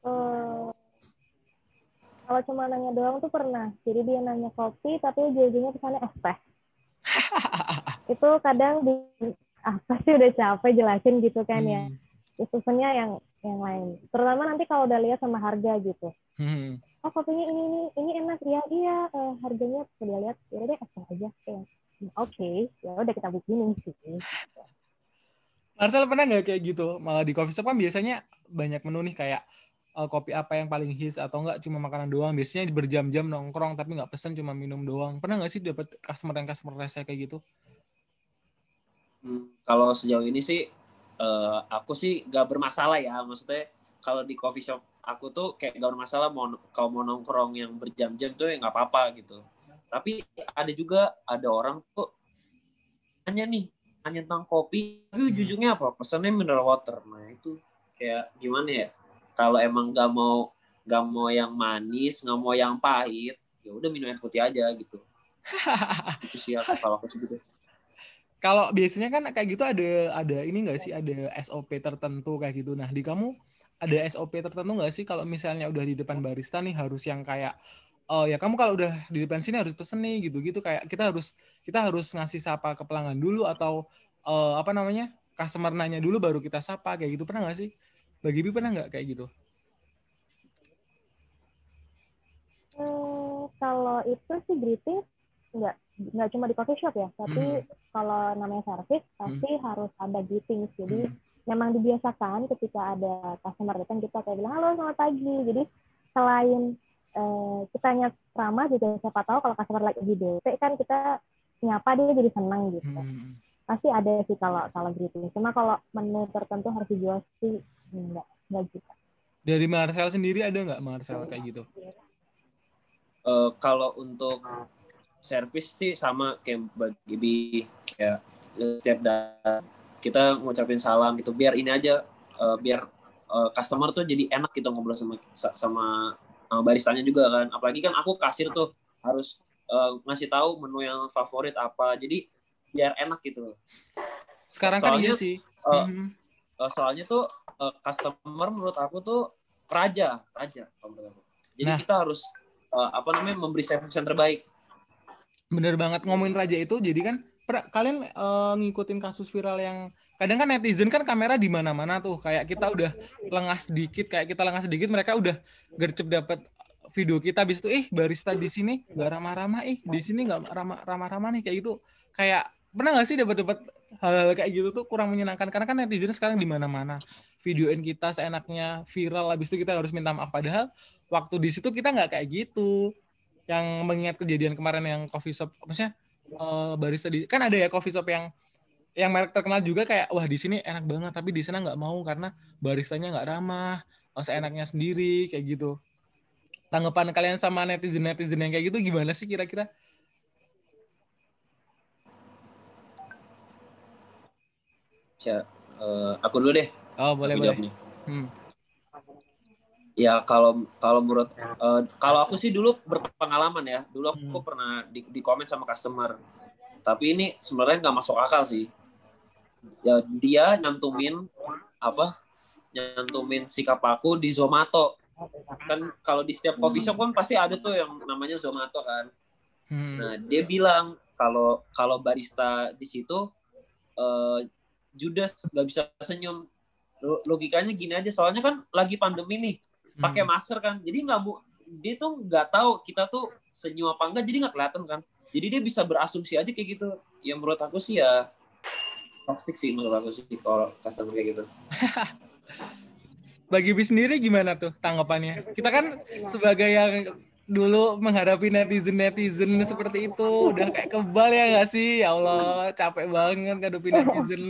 [SPEAKER 5] Kalau cuma nanya doang tuh pernah. Jadi dia nanya kopi, tapi ujung-ujungnya pesannya es teh. Itu kadang apa sih udah capek jelasin gitu kan ya. Terus pesannya yang lain. Terutama nanti kalau udah lihat sama harga gitu. Oh kopinya ini enak ya iya harganya udah lihat ya deh es teh aja. Oke, ya udah kita bikinin sih.
[SPEAKER 3] Marcel pernah nggak kayak gitu? Malah di coffee shop kan biasanya banyak menu nih kayak kopi apa yang paling hits atau enggak cuma makanan doang. Biasanya berjam-jam nongkrong tapi nggak pesen cuma minum doang. Pernah nggak sih dapat customer rasa kayak gitu?
[SPEAKER 4] Kalau sejauh ini sih aku sih gak bermasalah ya maksudnya kalau di coffee shop aku tuh kayak gak bermasalah kalau mau nongkrong yang berjam-jam tuh ya nggak apa-apa gitu tapi ada orang tuh hanya tentang kopi tapi ujung-ujungnya apa pesannya mineral water nah itu kayak gimana ya kalau emang nggak mau yang manis nggak mau yang pahit ya udah minum air putih aja gitu itu sih kalau aku segitu.
[SPEAKER 3] Kalau biasanya kan kayak gitu ada ini nggak sih ada SOP tertentu kayak gitu. Nah di kamu ada SOP tertentu nggak sih kalau misalnya udah di depan barista nih harus yang kayak oh ya kamu kalau udah di depan sini harus pesen nih gitu-gitu kayak kita harus ngasih sapa ke pelanggan dulu atau apa namanya customer nanya dulu baru kita sapa kayak gitu pernah nggak sih? Bagi Bi pernah nggak kayak gitu?
[SPEAKER 5] Kalau itu sih greeting nggak cuma di coffee shop ya, tapi kalau namanya service pasti harus ada greeting. Jadi memang dibiasakan ketika ada customer datang kita kayak bilang halo selamat pagi. Jadi selain kitanya ramah juga siapa tahu kalau customer lagi bete kan kita nyapa dia jadi senang gitu. Pasti ada sih kalau greeting. Cuma kalau menu tertentu harus dijual sih nggak gitu.
[SPEAKER 3] Dari Marcel sendiri ada nggak Marcel kayak gitu?
[SPEAKER 4] Kalau untuk servis sih sama kayak bagi kayak setiap kita ngucapin salam gitu biar ini aja biar customer tuh jadi enak gitu ngobrol sama baristanya juga kan apalagi kan aku kasir tuh harus ngasih tahu menu yang favorit apa jadi biar enak gitu
[SPEAKER 3] sekarang kan iya sih
[SPEAKER 4] soalnya tuh customer menurut aku tuh raja jadi kita harus memberi servis yang terbaik.
[SPEAKER 3] Bener banget ngomongin raja itu jadi kan kalian ngikutin kasus viral yang kadang kan netizen kan kamera di mana-mana tuh kayak kita udah lengah sedikit mereka udah gercep dapat video kita habis itu barista di sini nggak ramah-ramah di sini nggak ramah-ramah nih kayak gitu kayak pernah nggak sih dapat hal-hal kayak gitu tuh kurang menyenangkan karena kan netizen sekarang di mana-mana videoin kita seenaknya viral habis itu kita harus minta maaf padahal waktu di situ kita nggak kayak gitu. yang mengingat kejadian kemarin yang coffee shop, maksudnya barista kan ada ya coffee shop yang merek terkenal juga kayak wah di sini enak banget tapi di sana nggak mau karena baristanya nggak ramah, seenaknya sendiri kayak gitu. Tanggapan kalian sama netizen yang kayak gitu gimana sih kira-kira?
[SPEAKER 4] Aku dulu deh.
[SPEAKER 3] Oh boleh
[SPEAKER 4] Aku
[SPEAKER 3] boleh.
[SPEAKER 4] jawab nih. Ya kalau menurut kalau aku sih dulu berpengalaman ya. Dulu aku pernah di komen sama customer. Tapi ini sebenarnya nggak masuk akal sih. Ya, dia nyantumin sikap aku di Zomato. Kan kalau di setiap coffee shop kan pasti ada tuh yang namanya Zomato kan. Nah, dia bilang kalau barista di situ judes, nggak bisa senyum. Logikanya gini aja, soalnya kan lagi pandemi nih, pakai masker kan, jadi dia tuh nggak tahu kita tuh senyum apa enggak, jadi nggak kelihatan kan, jadi dia bisa berasumsi aja kayak gitu. Ya menurut aku sih ya toxic sih menurut aku sih kalau customer kayak gitu.
[SPEAKER 3] Bagi Bi sendiri gimana tuh tanggapannya? Kita kan sebagai yang dulu menghadapi netizen seperti itu udah kayak kebal ya nggak sih? Ya Allah, capek banget ngadepin netizen.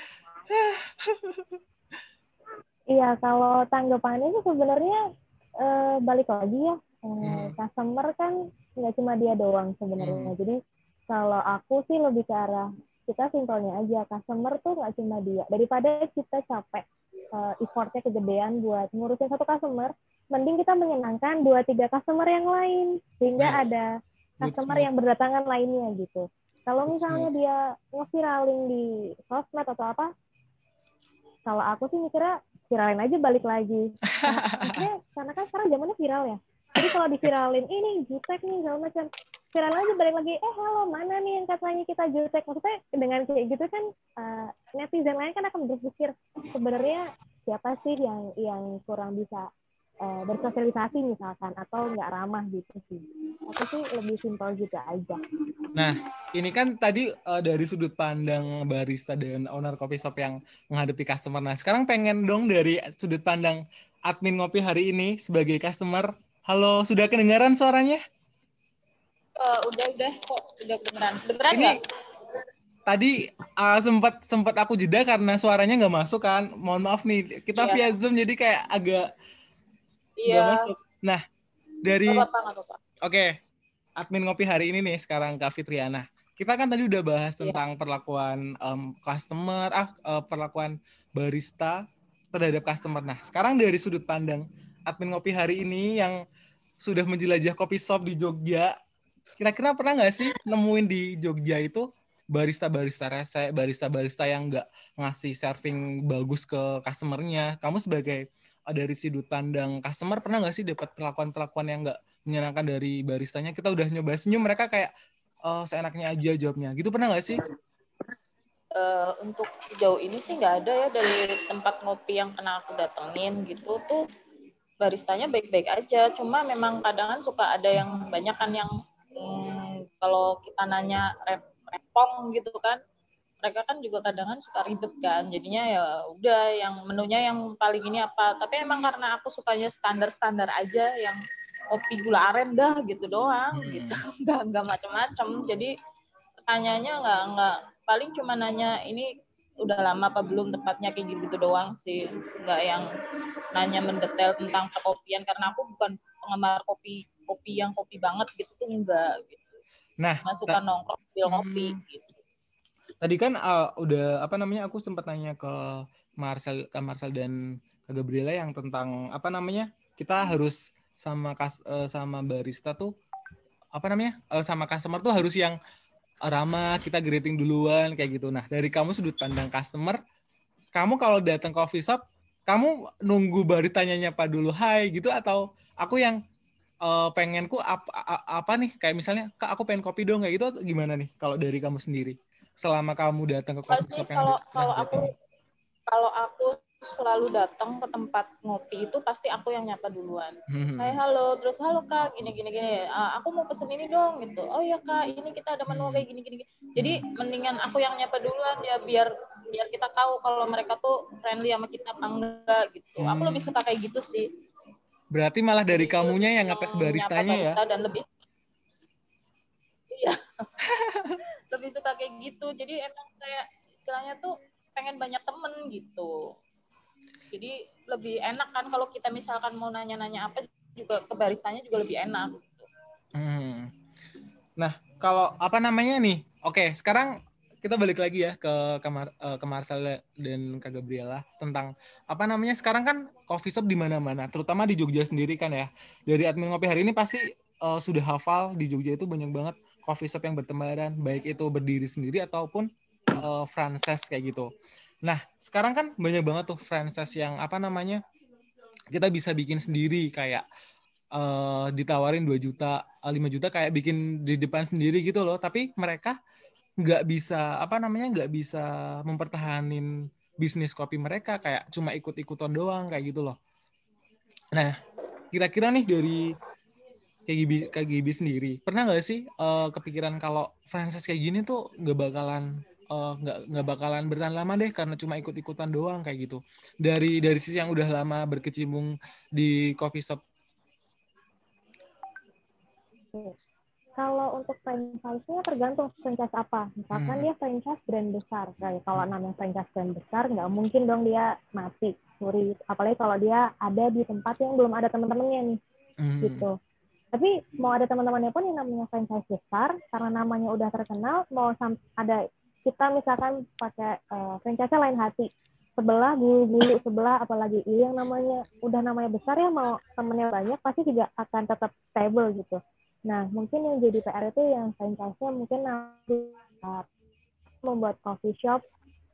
[SPEAKER 5] Iya, kalau tanggapannya sih sebenarnya balik lagi ya. Customer kan nggak cuma dia doang sebenarnya. Jadi kalau aku sih lebih ke arah kita simpelnya aja. Customer tuh nggak cuma dia. Daripada kita capek effortnya kegedean buat ngurusin satu customer, mending kita menyenangkan 2-3 customer yang lain. Sehingga ada customer yang berdatangan lainnya gitu. Kalau misalnya dia nge-viralin di sosmed atau apa, kalau aku sih mikirnya viralin aja balik lagi. Karena kan sekarang zamannya viral ya. Jadi kalau diviralin, ini jutek nih, segala macam. Viral aja balik lagi, halo, mana nih yang katanya kita jutek. Maksudnya dengan kayak gitu kan, netizen lain kan akan berpikir, sebenarnya siapa sih yang kurang bisa bersosialisasi misalkan, atau nggak ramah gitu sih. Aku sih lebih simpel gitu aja.
[SPEAKER 3] Nah, ini kan tadi dari sudut pandang barista dan owner coffee shop yang menghadapi customer. Nah, sekarang pengen dong dari sudut pandang admin ngopi hari ini sebagai customer. Halo, sudah kedengaran suaranya?
[SPEAKER 6] Udah kok, udah kedengeran
[SPEAKER 3] ini
[SPEAKER 6] nggak?
[SPEAKER 3] Tadi sempat aku jeda karena suaranya nggak masuk kan. Mohon maaf nih, kita via Zoom jadi kayak agak nggak masuk. Nah, dari Oke, admin ngopi hari ini nih sekarang Kak Fitriana. Kita kan tadi udah bahas tentang perlakuan customer, perlakuan barista terhadap customer. Nah, sekarang dari sudut pandang admin ngopi hari ini yang sudah menjelajah kopi shop di Jogja, kira-kira pernah nggak sih nemuin di Jogja itu barista-barista rese, barista-barista yang nggak ngasih serving bagus ke customernya? Kamu sebagai dari sudut pandang customer pernah nggak sih dapat perlakuan-perlakuan yang nggak menyenangkan dari baristanya? Kita udah nyoba senyum, mereka kayak seenaknya aja jawabnya. Gitu pernah nggak sih?
[SPEAKER 6] Untuk sejauh ini sih nggak ada ya, dari tempat ngopi yang pernah aku datengin gitu tuh baristanya baik-baik aja. Cuma memang kadang suka ada yang banyak kan yang kalau kita nanya repong gitu kan, mereka kan juga kadang suka ribet kan. Jadinya ya udah yang menunya yang paling ini apa. Tapi emang karena aku sukanya standar-standar aja, yang kopi gula aren dah gitu doang gitu. Nggak macam-macam. Jadi pertanyaannya nggak paling cuma nanya ini udah lama apa belum tempatnya, kayak gitu doang sih. Nggak yang nanya mendetail tentang perkopian, karena aku bukan penggemar kopi yang kopi banget gitu tuh, enggak gitu.
[SPEAKER 3] Nah,
[SPEAKER 6] nggak suka nongkrong bil kopi gitu.
[SPEAKER 3] Tadi kan udah aku sempat nanya ke Marcel dan ke Gabriela yang tentang kita harus sama barista tuh sama customer tuh harus yang ramah, kita greeting duluan kayak gitu. Nah, dari kamu sudut pandang customer, kamu kalau datang ke coffee shop, kamu nunggu baristanya nyapa dulu hai gitu, atau aku yang pengenku apa nih, kayak misalnya Kak aku pengen kopi dong kayak gitu, gimana nih kalau dari kamu sendiri selama kamu datang ke coffee shop yang
[SPEAKER 6] kalau aku selalu datang ke tempat ngopi itu pasti aku yang nyapa duluan. Hai halo, terus halo Kak, gini. Aku mau pesen ini dong gitu. Oh ya Kak, ini kita ada menu kayak gini. Jadi mendingan aku yang nyapa duluan ya, biar kita tahu kalau mereka tuh friendly sama kita apa enggak gitu. Aku lebih suka kayak gitu sih.
[SPEAKER 3] Berarti malah dari kamunya yang ngetes baristanya ya?
[SPEAKER 6] Dan lebih Lebih suka kayak gitu. Jadi emang kayak istilahnya tuh pengen banyak temen gitu. Jadi lebih enak kan kalau kita misalkan mau nanya-nanya apa juga ke baristanya juga lebih enak gitu.
[SPEAKER 3] Nah, kalau apa namanya nih? Oke, sekarang kita balik lagi ya ke Marcel dan Kak Gabriela tentang apa namanya? Sekarang kan coffee shop di mana-mana, terutama di Jogja sendiri kan ya. Dari admin ngopi hari ini pasti sudah hafal di Jogja itu banyak banget coffee shop yang bertebaran, baik itu berdiri sendiri ataupun franchise kayak gitu. Nah, sekarang kan banyak banget tuh franchise yang apa namanya? Kita bisa bikin sendiri kayak ditawarin 2 juta, 5 juta kayak bikin di depan sendiri gitu loh. Tapi mereka nggak bisa nggak bisa mempertahanin bisnis kopi mereka, kayak cuma ikut-ikutan doang kayak gitu loh. Nah, kira-kira nih dari KGB sendiri pernah nggak sih kepikiran kalau franchise kayak gini tuh nggak bakalan bertahan lama deh karena cuma ikut-ikutan doang kayak gitu. Dari sisi yang udah lama berkecimpung di coffee shop.
[SPEAKER 5] Kalau untuk franchise-nya tergantung franchise apa. Misalkan dia franchise brand besar. Kayak kalau namanya franchise brand besar, nggak mungkin dong dia mati, suri. Apalagi kalau dia ada di tempat yang belum ada teman-temannya nih. Gitu. Tapi mau ada teman-temannya pun yang namanya franchise besar, karena namanya udah terkenal, mau ada kita misalkan pakai franchise-nya Lain Hati. Sebelah gulu-gulu sebelah, apalagi yang namanya besar ya, mau temennya banyak pasti juga akan tetap stable gitu. Nah, mungkin yang jadi PR itu yang franchise-nya mungkin nanti membuat coffee shop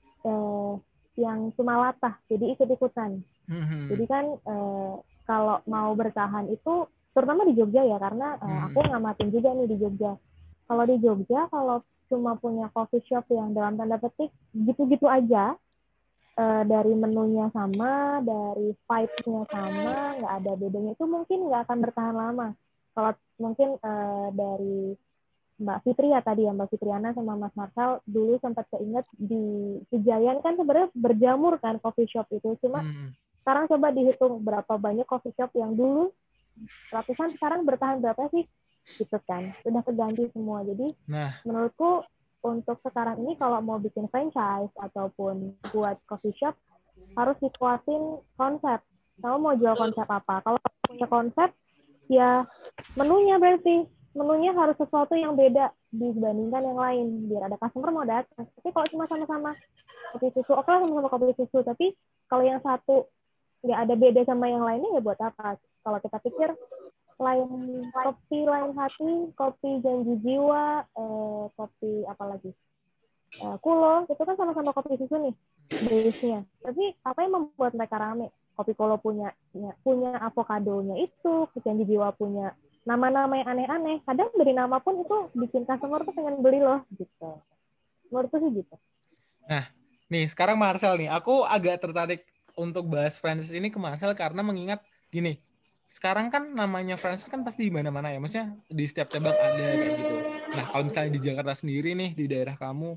[SPEAKER 5] yang cuma latah, jadi ikut-ikutan. Jadi kan kalau mau bertahan itu, terutama di Jogja ya, karena aku ngamatin juga nih di Jogja. Kalau di Jogja, kalau cuma punya coffee shop yang dalam tanda petik gitu-gitu aja, dari menunya sama, dari vibe-nya sama, nggak ada bedanya, itu mungkin nggak akan bertahan lama. Kalau mungkin dari Mbak Fitri ya tadi ya, Mbak Fitriana sama Mas Marcel dulu sempat keinget di Sejayan kan sebenarnya berjamur kan coffee shop itu. Cuma sekarang coba dihitung berapa banyak coffee shop yang dulu ratusan, sekarang bertahan berapa sih? Gitu kan. Udah keganti semua. Jadi menurutku untuk sekarang ini kalau mau bikin franchise ataupun buat coffee shop harus dikuatin konsep. Kamu mau jual konsep apa? Kalau punya konsep, ya menunya berarti menunya harus sesuatu yang beda dibandingkan yang lain biar ada customer mau datang. Tapi kalau cuma sama-sama kopi susu, oke lah sama-sama kopi susu, tapi kalau yang satu nggak ada beda sama yang lainnya ya buat apa? Kalau kita pikir kopi Lain Hati, kopi Janji Jiwa, kopi apa lagi? Kulo, itu kan sama-sama kopi susu nih base-nya. Tapi apa yang membuat mereka rame? Kopi Kulo punya avokadonya itu, Janji Jiwa punya nama-nama yang aneh-aneh. Kadang dari nama pun itu bikin customer tuh pengen beli loh, gitu. Menurutku sih gitu.
[SPEAKER 3] Nah, nih sekarang Marcel nih, aku agak tertarik untuk bahas franchise ini ke Marcel karena mengingat gini, sekarang kan namanya franchise kan pasti di mana-mana ya, maksudnya di setiap cabang ada kayak gitu. Nah, kalau misalnya di Jakarta sendiri nih, di daerah kamu,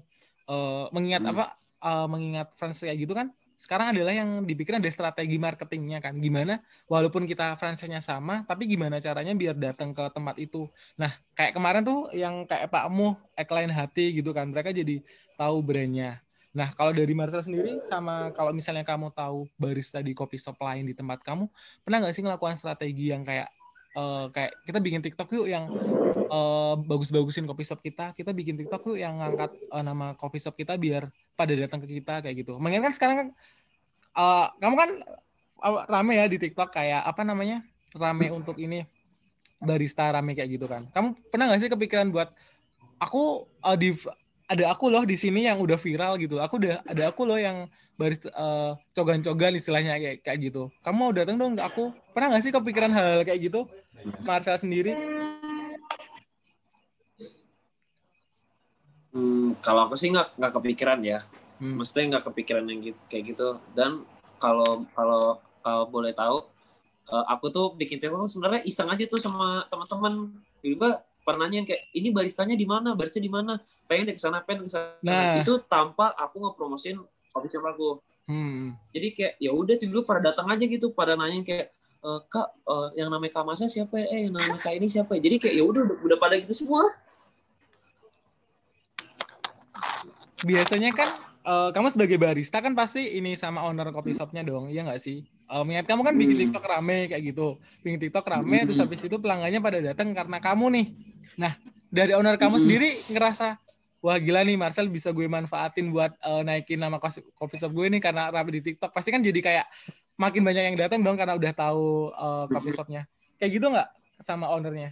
[SPEAKER 3] mengingat franchise kayak gitu kan, sekarang adalah yang dipikir ada strategi marketingnya kan, gimana walaupun kita franchise-nya sama, tapi gimana caranya biar datang ke tempat itu. Nah, kayak kemarin tuh yang kayak Pak Muh, Lain Hati gitu kan, mereka jadi tahu brandnya. Nah, kalau dari Marcel sendiri, sama kalau misalnya kamu tahu barista di coffee shop lain di tempat kamu, pernah nggak sih ngelakukan strategi yang kayak kita bikin TikTok yuk yang bagus-bagusin coffee shop kita bikin TikTok yuk yang ngangkat nama coffee shop kita biar pada datang ke kita kayak gitu. Mengingat kan sekarang kan kamu kan rame ya di TikTok kayak rame untuk ini barista rame kayak gitu kan. Kamu pernah nggak sih kepikiran buat ada aku loh di sini yang udah viral gitu. Ada aku loh yang barista cogan-cogan istilahnya kayak gitu. Kamu mau datang dong ke aku. Pernah nggak sih kepikiran hal kayak gitu, Marcel sendiri?
[SPEAKER 4] Kalau aku sih nggak kepikiran ya. Maksudnya nggak kepikiran yang gitu, kayak gitu. Dan kalau boleh tahu, aku tuh bikin TikTok sebenarnya iseng aja tuh sama teman-teman. Tiba-tiba pernah nanyain kayak, ini baristanya di mana? Barista di mana? Pengen ke sana. Nah, itu tanpa aku ngepromosin coffee shop aku. Jadi kayak ya udah dulu pada datang aja gitu, pada nanyain kayak, Kak, yang namanya Kak Masnya siapa ya? Yang namanya Kak ini siapa ya? Jadi kayak ya udah pada gitu semua.
[SPEAKER 3] biasanya kan kamu sebagai barista kan pasti ini sama owner coffee shopnya dong, iya nggak sih? Ingat kamu kan bikin TikTok rame kayak gitu, bikin TikTok rame, terus habis itu pelanggannya pada datang karena kamu nih. Nah, dari owner kamu sendiri ngerasa, wah gila nih Marcel bisa gue manfaatin buat naikin nama coffee shop gue nih karena rame di TikTok. Pasti kan jadi kayak makin banyak yang datang dong karena udah tahu coffee shopnya. Kayak gitu nggak sama ownernya?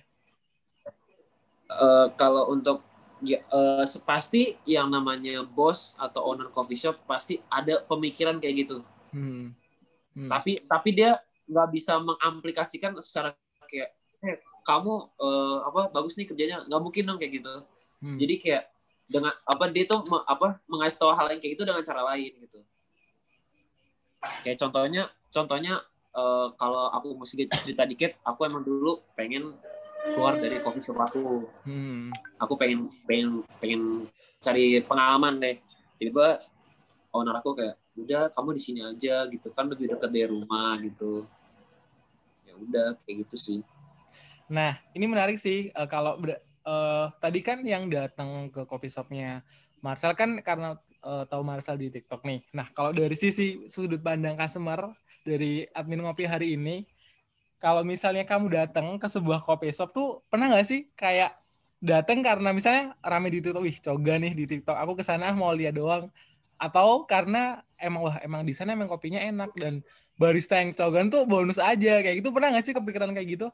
[SPEAKER 4] Kalau untuk pasti yang namanya bos atau owner coffee shop pasti ada pemikiran kayak gitu. Tapi dia nggak bisa mengamplikasikan secara kayak kamu bagus nih kerjanya, nggak mungkin dong kayak gitu. Jadi kayak dengan dia tuh mengasih tahu hal yang kayak gitu dengan cara lain gitu. Kayak contohnya kalau aku mau cerita dikit, aku emang dulu pengen keluar dari coffee shop aku. Aku pengen cari pengalaman deh. Tiba-tiba owner aku kayak, udah kamu di sini aja gitu kan, lebih dekat dari rumah gitu. Ya udah kayak gitu sih.
[SPEAKER 3] Nah, ini menarik sih kalau tadi kan yang datang ke coffee shopnya Marcel kan karena tahu Marcel di TikTok nih. Nah, kalau dari sisi sudut pandang customer dari admin ngopi hari ini, kalau misalnya kamu datang ke sebuah coffee shop tuh pernah nggak sih kayak datang karena misalnya rame di TikTok, wih coga nih di TikTok, aku kesana mau lihat doang, atau karena emang di sana emang kopinya enak dan barista yang cogan tuh bonus aja kayak gitu, pernah nggak sih kepikiran kayak gitu?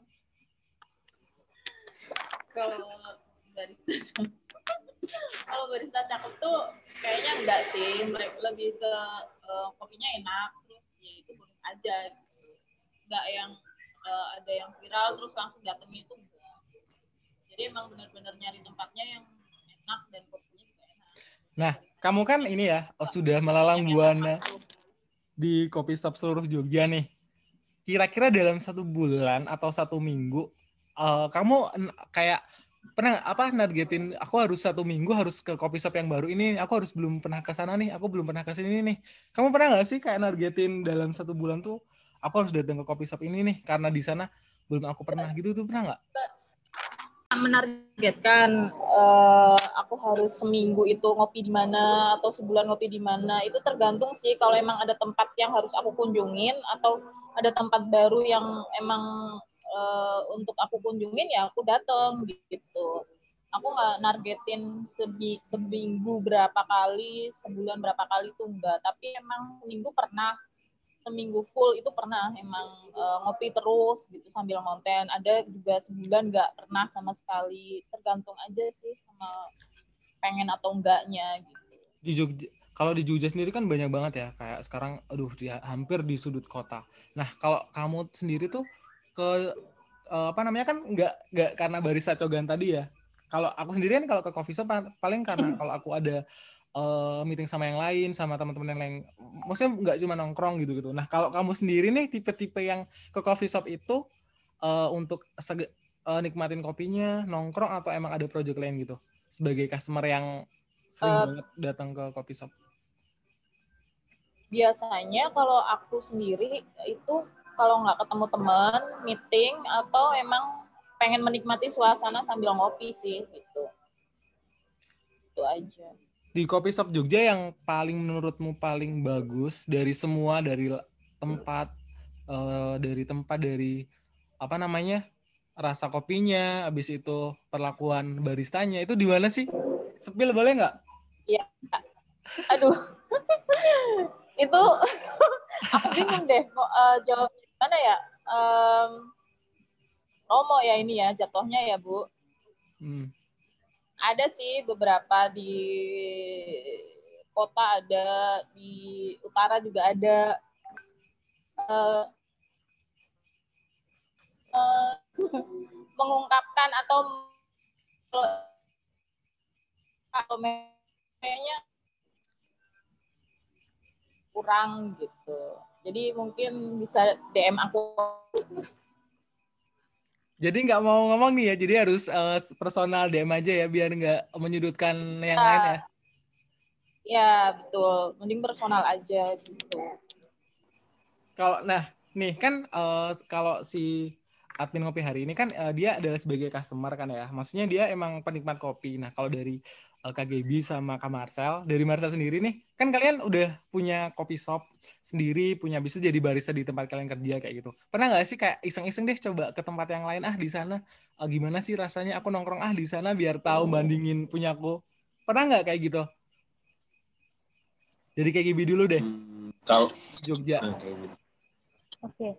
[SPEAKER 6] Kalau barista cakep tuh kayaknya enggak sih, mereka lebih ke kopinya enak, terus ya itu bonus aja gitu. Enggak yang ada yang viral terus langsung datang itu enggak. Jadi emang benar-benar nyari tempatnya yang enak dan kopinya juga enak.
[SPEAKER 3] Nah, kamu kan ini ya sudah melalang buana di kopi shop seluruh Jogja nih. Kira-kira dalam 1 bulan atau 1 minggu, kamu kayak pernah nargetin aku harus 1 minggu harus ke kopi shop yang baru ini, aku harus belum pernah ke sana nih, aku belum pernah ke sini nih. Kamu pernah nggak sih kayak nargetin dalam 1 bulan tuh aku harus datang ke kopi shop ini nih karena di sana belum aku pernah gitu tuh, pernah nggak?
[SPEAKER 6] Menargetkan aku harus seminggu itu ngopi di mana atau sebulan ngopi di mana, itu tergantung sih. Kalau emang ada tempat yang harus aku kunjungin atau ada tempat baru yang emang untuk aku kunjungin, ya aku datang gitu. Aku nggak nargetin seminggu berapa kali, sebulan berapa kali tuh enggak. Tapi emang seminggu full itu pernah emang ngopi terus gitu sambil ngonten. Ada juga sebulan nggak pernah sama sekali. Tergantung aja sih sama pengen atau enggaknya gitu.
[SPEAKER 3] Di Jogja, kalau di Jogja sendiri kan banyak banget ya, kayak sekarang hampir di sudut kota. Nah, kalau kamu sendiri tuh ke kan nggak karena barista cogan tadi ya. Kalau aku sendiri kan kalau ke coffee shop paling karena kalau aku ada meeting sama yang lain, sama teman-teman yang lain, maksudnya nggak cuma nongkrong gitu. Nah, kalau kamu sendiri nih tipe-tipe yang ke coffee shop itu untuk nikmatin kopinya, nongkrong, atau emang ada project lain gitu sebagai customer yang sering banget datang ke coffee shop?
[SPEAKER 6] Biasanya kalau aku sendiri itu kalau nggak ketemu teman, meeting, atau emang pengen menikmati suasana sambil ngopi sih gitu. Itu aja.
[SPEAKER 3] Di coffee shop Jogja yang paling menurutmu paling bagus dari semua, dari tempat dari apa namanya, rasa kopinya, habis itu perlakuan baristanya, itu di mana sih? Sepil boleh nggak?
[SPEAKER 6] Iya. Aduh. Itu aku bingung deh jawab gimana ya. Romo ya ini ya jatuhnya ya, Bu. Ada sih beberapa di kota, ada di utara juga ada. Mengungkapkan atau kayaknya kurang gitu. Jadi mungkin bisa DM aku.
[SPEAKER 3] Jadi nggak mau ngomong nih ya, jadi harus personal DM aja ya biar nggak menyudutkan yang lain ya.
[SPEAKER 6] Ya betul, mending personal aja gitu.
[SPEAKER 3] Nah nih kan kalau si admin ngopi hari ini kan dia adalah sebagai customer kan ya. Maksudnya dia emang penikmat kopi. Nah, kalau dari Kak Gaby sama Kak Marcel, dari Marcel sendiri nih, kan kalian udah punya kopi shop sendiri, punya bisa jadi barista di tempat kalian kerja kayak gitu. Pernah nggak sih kayak iseng-iseng deh coba ke tempat yang lain, di sana gimana sih rasanya aku nongkrong di sana biar tahu bandingin punyaku. Pernah nggak kayak gitu? Jadi kayak Gaby dulu deh,
[SPEAKER 4] Kalau
[SPEAKER 3] Jogja.
[SPEAKER 4] kayak gitu.
[SPEAKER 5] Oke.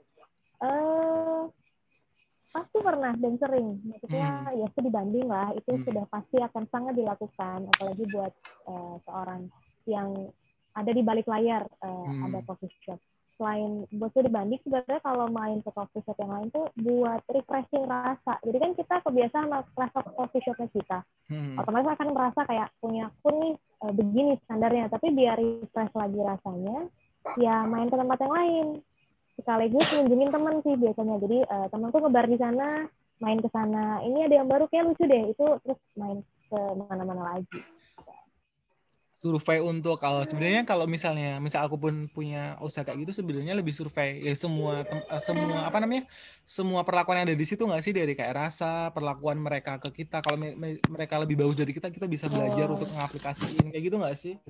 [SPEAKER 5] Pasti pernah dan sering. Maksudnya ya itu dibanding lah, itu sudah pasti akan sangat dilakukan, apalagi buat seorang yang ada di balik layar ada coffee shop. Selain buat dibanding, sebenarnya kalau main ke coffee shop yang lain tuh buat refreshing rasa. Jadi kan kita kebiasaan sama level coffee shopnya kita. Otomatis akan merasa kayak punya aku nih begini standarnya, tapi biar refresh lagi rasanya, ya main ke tempat yang lain. Sekaligus ngunjungin teman sih biasanya. Jadi temanku ngebar di sana, main ke sana. Ini ada yang baru kayak lucu deh. Itu terus main ke mana-mana lagi.
[SPEAKER 3] Survei untuk sebenarnya kalau misal aku pun punya usaha kayak gitu, sebenarnya lebih survei ya semua semua perlakuan yang ada di situ nggak sih, dari kayak rasa perlakuan mereka ke kita. Kalau mereka lebih bagus dari kita bisa belajar untuk ngaplikasiin kayak gitu nggak sih?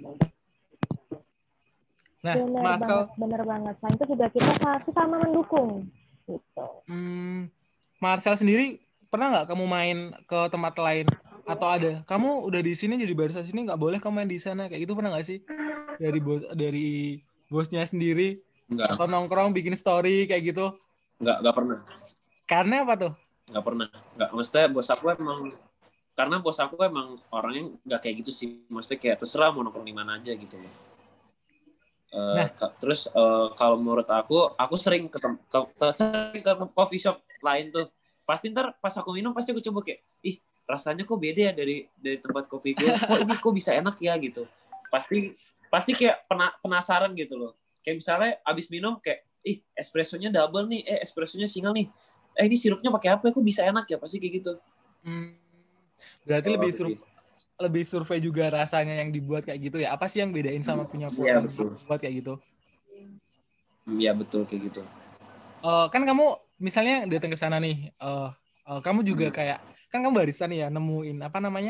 [SPEAKER 3] Nah,
[SPEAKER 5] Bener banget. Selain itu juga kita sama mendukung gitu.
[SPEAKER 3] Marcel sendiri pernah nggak kamu main ke tempat lain, atau ada kamu udah di sini jadi barista sini nggak boleh kamu main di sana kayak gitu, pernah nggak sih dari bosnya sendiri?
[SPEAKER 4] Enggak.
[SPEAKER 3] Atau nongkrong bikin story kayak gitu?
[SPEAKER 4] Enggak pernah.
[SPEAKER 3] Karena apa tuh?
[SPEAKER 4] Enggak pernah. Enggak, maksudnya bos aku emang orangnya nggak kayak gitu sih. Maksudnya kayak terserah mau nongkrong di mana aja gitu loh. Terus kalau menurut aku sering ke coffee shop lain tuh. Pasti ntar pas aku minum pasti aku coba kayak, rasanya kok beda ya dari tempat kopi gue. Kok ini kok bisa enak ya gitu. Pasti kayak penasaran gitu loh. Kayak misalnya abis minum kayak, espressonya double nih, espressonya single nih. Ini sirupnya pakai apa? Kok bisa enak ya? Pasti kayak gitu.
[SPEAKER 3] Berarti lebih survei juga rasanya yang dibuat kayak gitu ya. Apa sih yang bedain sama punya
[SPEAKER 4] Iya, betul.
[SPEAKER 3] Buat kayak gitu?
[SPEAKER 4] Iya, betul kayak gitu.
[SPEAKER 3] Kan kamu misalnya datang ke sana nih, kamu juga kayak kan kamu barista nih ya, nemuin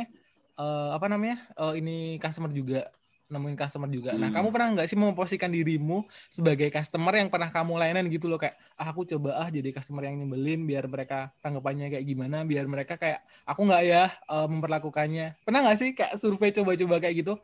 [SPEAKER 3] ini customer juga, nemuin customer juga. Nah, kamu pernah nggak sih memposisikan dirimu sebagai customer yang pernah kamu layanan gitu loh, kayak aku coba jadi customer yang nyebelin biar mereka tanggapannya kayak gimana, biar mereka kayak aku nggak ya memperlakukannya. Pernah nggak sih kayak survei coba-coba kayak gitu?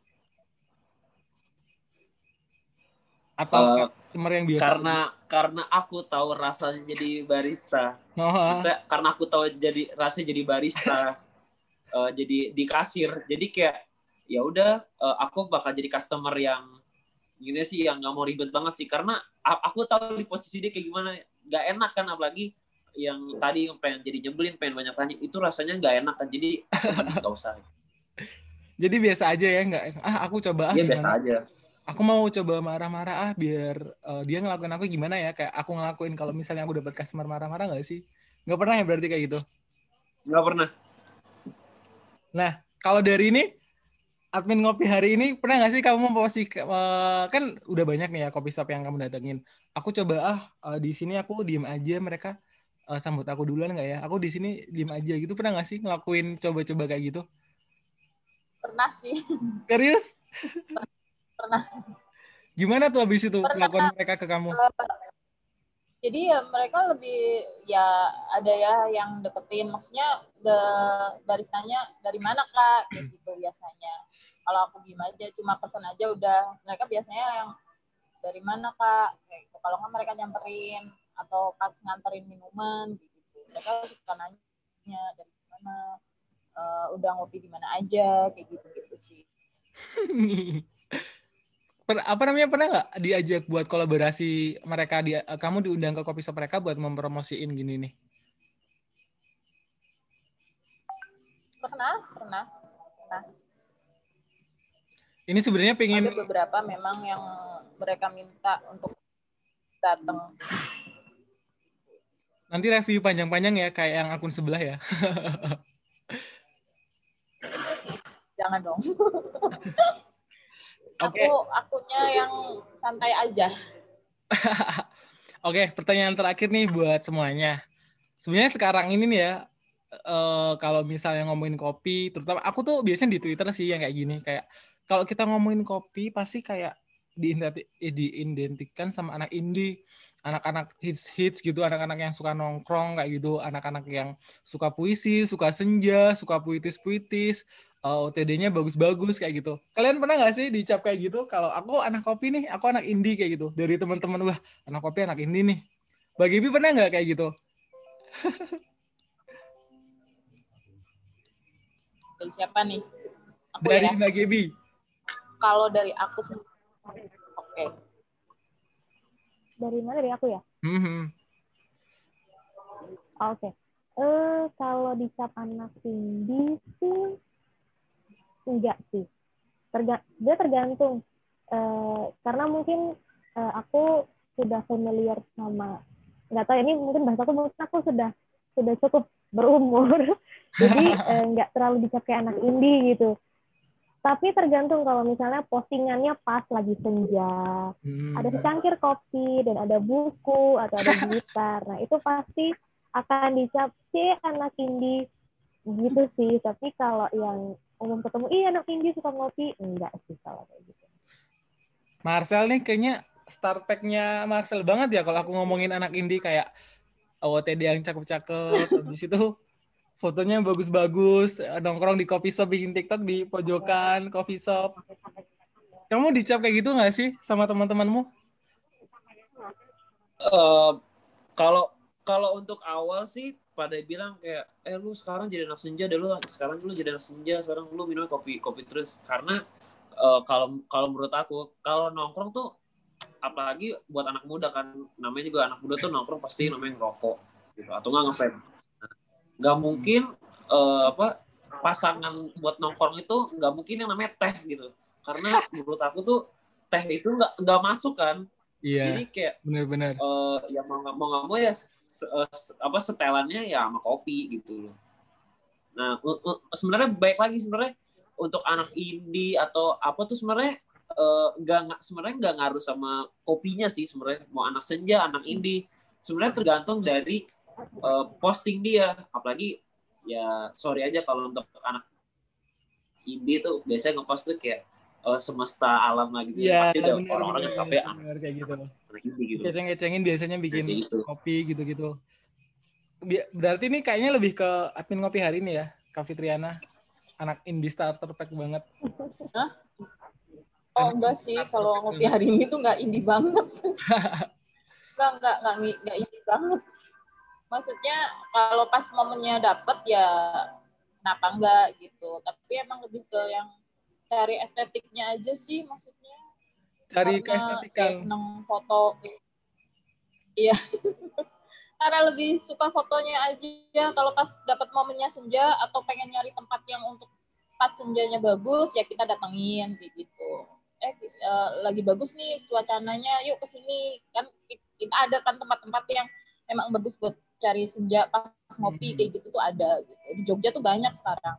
[SPEAKER 3] Atau customer yang biasa?
[SPEAKER 4] Karena aku tahu rasanya jadi barista. Maksudnya karena aku tahu rasanya jadi barista, jadi di kasir. Jadi kayak ya udah, aku bakal jadi customer yang gini sih, yang nggak mau ribet banget sih. Karena aku tahu di posisi dia kayak gimana. Nggak enak kan, apalagi yang tadi pengen jadi nyebelin, pengen banyak tanya, itu rasanya nggak enak kan. Jadi aku nggak usah.
[SPEAKER 3] Jadi biasa aja ya, nggak? Aku coba
[SPEAKER 4] Iya, biasa aja.
[SPEAKER 3] Aku mau coba marah-marah biar dia ngelakuin aku gimana ya, kayak aku ngelakuin kalau misalnya aku dapat customer marah-marah nggak sih? Nggak pernah ya berarti kayak gitu?
[SPEAKER 4] Nggak pernah.
[SPEAKER 3] Nah, kalau dari ini admin ngopi hari ini, pernah nggak sih kamu kan udah banyak nih ya kopi shop yang kamu datengin. Aku coba di sini aku diem aja, mereka sambut aku duluan nggak ya? Aku di sini diem aja gitu, pernah nggak sih ngelakuin coba-coba kayak gitu?
[SPEAKER 6] Pernah sih.
[SPEAKER 3] Serius?
[SPEAKER 6] Pernah.
[SPEAKER 3] Gimana tuh abis itu kelakuan mereka ke kamu?
[SPEAKER 6] Jadi ya mereka lebih, ya ada ya yang deketin, maksudnya baristanya dari mana Kak, kayak gitu biasanya. Kalau aku diem aja, cuma pesen aja udah, mereka biasanya yang dari mana Kak, kayak gitu. Kalau nggak mereka nyamperin atau pas nganterin minuman gitu, mereka suka nanya dari mana, udah ngopi di mana aja, kayak gitu sih.
[SPEAKER 3] Pernah nggak diajak buat kolaborasi mereka, kamu diundang ke kopi shop mereka buat mempromosiin gini nih?
[SPEAKER 6] Pernah.
[SPEAKER 3] Ini sebenarnya pengen
[SPEAKER 6] ada beberapa memang yang mereka minta untuk datang.
[SPEAKER 3] Nanti review panjang-panjang ya kayak yang akun sebelah ya.
[SPEAKER 6] Jangan dong.
[SPEAKER 3] Okay.
[SPEAKER 6] Akunya yang santai aja.
[SPEAKER 3] Oke, pertanyaan terakhir nih buat semuanya. sebenarnya sekarang ini nih ya, kalau misalnya ngomongin kopi, terutama aku tuh biasanya di Twitter sih yang kayak gini, kayak kalau kita ngomongin kopi pasti kayak diidentikan sama anak indie, anak-anak hits gitu, anak-anak yang suka nongkrong kayak gitu, anak-anak yang suka puisi, suka senja, suka puitis-puitis, OTD-nya bagus-bagus kayak gitu. Kalian pernah nggak sih dicap kayak gitu? Kalau aku anak kopi nih, aku anak indie kayak gitu. Dari teman-teman, wah anak kopi anak indie nih. Mbak Gibi pernah nggak kayak gitu?
[SPEAKER 6] Dari siapa nih? Aku
[SPEAKER 3] Dari
[SPEAKER 6] ya.
[SPEAKER 3] Mbak Gibi.
[SPEAKER 6] Kalau dari aku sendiri, oke.
[SPEAKER 5] Dari mana? Dari aku ya?
[SPEAKER 3] Mhm.
[SPEAKER 5] Oke. Kalau dicap anak indie sih enggak sih. Dia tergantung. Karena mungkin aku sudah familiar sama, nggak tahu ini mungkin bahasa aku sudah cukup berumur. Jadi nggak terlalu dicap kayak anak indie gitu. Tapi tergantung kalau misalnya postingannya pas lagi senja, ada secangkir kopi dan ada buku atau ada gitar. Nah, itu pasti akan dicap si anak indie gitu sih. Tapi kalau yang umum ketemu, anak indie suka ngopi, enggak sih kalau kayak gitu.
[SPEAKER 3] Marcel nih kayaknya start pack-nya Marcel banget ya kalau aku ngomongin anak indie, kayak OOTD yang cakep-cakep, habis itu fotonya bagus-bagus, nongkrong di coffee shop, bikin TikTok di pojokan coffee shop. Kamu dicap kayak gitu nggak sih sama teman-temanmu?
[SPEAKER 4] Eh, kalau kalau untuk awal sih pada bilang kayak lu sekarang jadi anak senja deh, lu sekarang jadi anak senja, sekarang lu minum kopi terus. Karena kalau kalau menurut aku kalau nongkrong tuh, apalagi buat anak muda kan, namanya juga anak muda tuh nongkrong pasti namanya ngerokok gitu atau nggak nge-vape. Nggak mungkin pasangan buat nongkrong itu nggak mungkin yang namanya teh gitu, karena menurut aku tuh teh itu nggak masuk kan.
[SPEAKER 3] Iya,
[SPEAKER 4] Jadi kayak
[SPEAKER 3] benar-benar.
[SPEAKER 4] ya mau nggak mau ya setelannya ya sama kopi gitu loh. Nah sebenarnya baik lagi sebenarnya untuk anak indie atau apa tuh sebenarnya sebenarnya nggak ngaruh sama kopinya sih sebenarnya, mau anak senja anak indie sebenarnya tergantung dari posting dia. Apalagi ya sorry aja kalau untuk anak indie tuh biasanya ngepost tuh kayak semesta alam lah gitu ya,
[SPEAKER 3] Iya,
[SPEAKER 4] pasti udah orang-orang
[SPEAKER 3] benar-benar
[SPEAKER 4] yang capek
[SPEAKER 3] kayak gitu.
[SPEAKER 4] anak indie gitu.
[SPEAKER 3] Keceng-kecengin biasanya
[SPEAKER 4] Nah,
[SPEAKER 3] bikin
[SPEAKER 4] kayak gitu.
[SPEAKER 3] kopi gitu-gitu. Berarti ini kayaknya lebih ke admin ngopi hari ini ya, Kak Fitriana. Anak indie starter pack banget.
[SPEAKER 6] Hah? Oh enggak sih, kalau ngopi hari ini tuh nggak indie banget. Nggak indie banget. Maksudnya kalau pas momennya dapet ya kenapa enggak gitu. Tapi emang lebih ke yang cari estetiknya aja sih maksudnya.
[SPEAKER 3] Cari
[SPEAKER 6] Karena
[SPEAKER 3] keestetikan.
[SPEAKER 6] ya seneng foto. Iya. Karena lebih suka fotonya aja. Kalau pas dapat momennya senja atau pengen nyari tempat yang untuk pas senjanya bagus, ya kita datengin kayak gitu. Lagi bagus nih suasananya, yuk kesini. Kan kita ada kan tempat-tempat yang memang bagus buat cari senja pas ngopi kayak gitu tuh ada gitu. Di Jogja tuh banyak sekarang.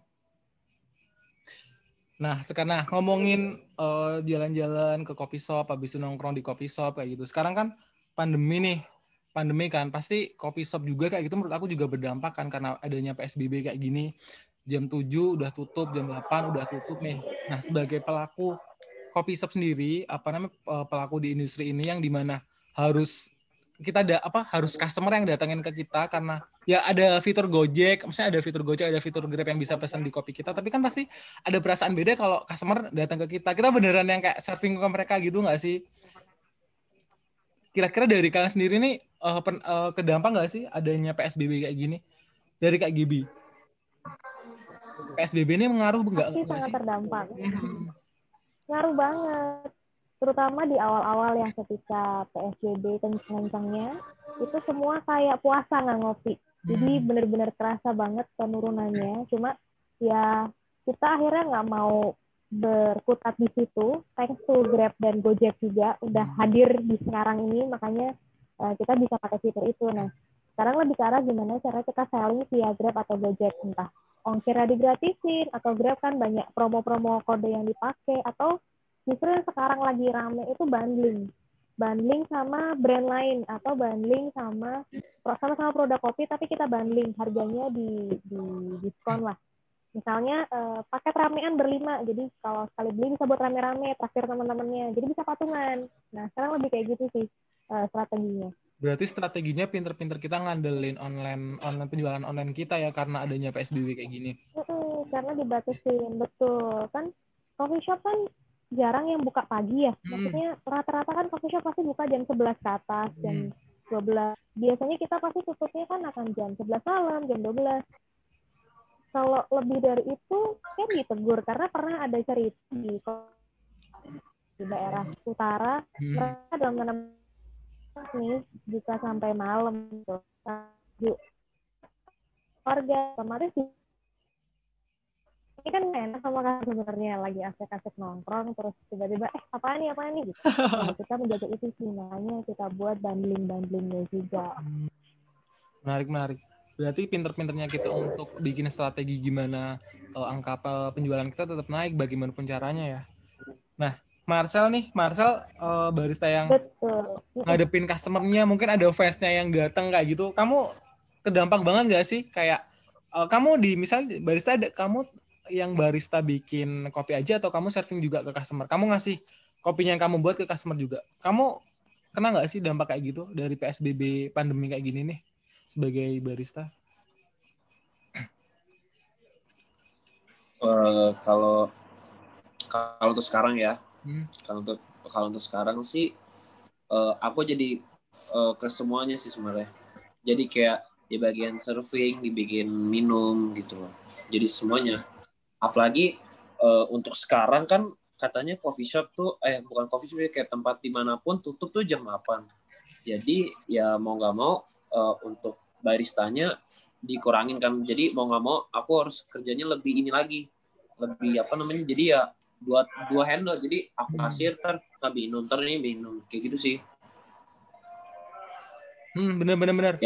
[SPEAKER 3] Nah, sekarang ngomongin jalan-jalan ke coffee shop, habis itu nongkrong di coffee shop kayak gitu. Sekarang kan pandemi kan pasti coffee shop juga kayak gitu, menurut aku juga berdampak kan karena adanya PSBB kayak gini. Jam 7 udah tutup, jam 8 udah tutup nih. Nah, sebagai pelaku coffee shop sendiri, pelaku di industri ini yang dimana harus harus customer yang datangin ke kita, karena ya ada fitur Gojek, misalnya ada fitur Gojek, ada fitur Grab yang bisa pesan di kopi kita, tapi kan pasti ada perasaan beda kalau customer datang ke kita. Kita beneran yang kayak serving ke mereka gitu nggak sih? Kira-kira dari kalian sendiri nih kedampak nggak sih adanya PSBB kayak gini? Dari Kak Gibi, PSBB ini mengaruh nggak
[SPEAKER 5] Pasti sangat
[SPEAKER 3] sih?
[SPEAKER 5] terdampak. Ngaruh banget. Terutama di awal-awal yang ketika PSBB kencang-kencangnya, itu semua kayak puasa nggak ngopi. Jadi benar-benar kerasa banget penurunannya. Cuma ya kita akhirnya nggak mau berkutat di situ. Thanks to Grab dan Gojek juga udah hadir di sekarang ini, makanya kita bisa pakai fitur itu. Nah, sekarang lebih ke arah gimana cara kita selling via Grab atau Gojek, entah ongkirnya digratisin, atau Grab kan banyak promo-promo kode yang dipakai, atau justru yang sekarang lagi rame itu bundling. bundling sama brand lain atau bundling sama sama-sama produk kopi tapi kita bundling harganya di diskon lah. Misalnya paket ramean berlima, jadi kalau sekali beli bisa buat rame-rame, traktir teman-temannya, jadi bisa patungan. Nah sekarang lebih kayak gitu sih strateginya.
[SPEAKER 3] Berarti strateginya pinter-pinter kita ngandelin online penjualan online kita ya karena adanya PSBB kayak gini.
[SPEAKER 5] Karena dibatasin, betul kan coffee shop kan jarang yang buka pagi ya. Maksudnya rata-rata kan coffee shop pasti buka jam 11 ke atas, jam 12. Biasanya kita pasti tutupnya kan akan jam 11 malam, jam 12. Kalau lebih dari itu kan ditegur karena pernah ada cerita di daerah utara mereka dalam tanda nih jika sampai malam gitu. Warga otomatis ini kan enak sama kan sebenarnya lagi asik-asik nongkrong terus tiba-tiba apaan nih gitu. Nah, kita menjaga itu sih makanya kita buat bundling-bundlingnya juga.
[SPEAKER 3] Menarik. Berarti pinter-pinternya kita untuk bikin strategi gimana angka penjualan kita tetap naik bagaimanapun caranya ya. Nah, Marcel barista yang ngadepin customer-nya, mungkin ada fans-nya yang datang kayak gitu. Kamu kedampak banget gak sih? Kayak kamu misalnya barista kamu yang barista bikin kopi aja atau kamu serving juga ke customer? Kamu ngasih kopinya yang kamu buat ke customer juga. Kamu kena gak sih dampak kayak gitu dari PSBB pandemi kayak gini nih sebagai barista?
[SPEAKER 4] Kalau untuk sekarang ya, kalau untuk sekarang sih aku jadi ke semuanya sih sebenarnya. Jadi kayak di bagian serving, dibikin minum gitu loh. Jadi semuanya. Apalagi untuk sekarang kan katanya coffee shop tuh bukan coffee shop kayak tempat dimanapun tutup tuh jam 8. Jadi ya mau nggak mau untuk baristanya dikurangin kan. Jadi mau nggak mau aku harus kerjanya lebih ini lagi. Lebih jadi ya dua handle. Jadi aku kasir nggak minum kayak gitu sih.
[SPEAKER 3] Bener.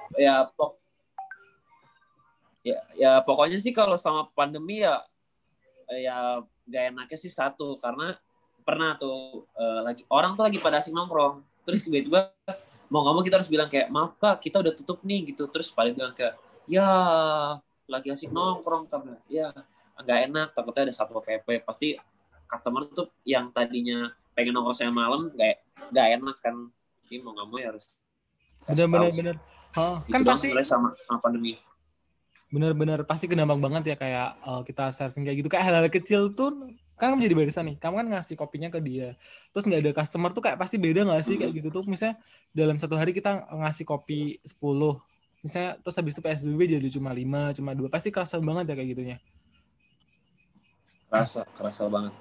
[SPEAKER 4] Ya pokoknya sih kalau sama pandemi ya gak enaknya sih satu karena pernah tuh orang tuh lagi pada asik nongkrong terus tiba-tiba mau nggak mau kita harus bilang kayak maaf Kak kita udah tutup nih gitu terus pada bilang kayak ya lagi asik nongkrong kan ya nggak enak takutnya ada satpol PP pasti customer tuh yang tadinya pengen nongkrong saya malam nggak enak kan jadi mau nggak mau ya harus
[SPEAKER 3] bener. Kan pasti
[SPEAKER 4] sama pandemi.
[SPEAKER 3] Bener pasti kedampak banget ya kayak kita serving kayak gitu kayak hal-hal kecil tuh kan menjadi barista nih kamu kan ngasih kopinya ke dia terus nggak ada customer tuh kayak pasti beda nggak sih kayak gitu tuh misalnya dalam satu hari kita ngasih kopi 10 misalnya terus habis itu PSBB jadi cuma 5 cuma 2 pasti kerasa banget ya kayak gitunya.
[SPEAKER 4] Kerasa banget.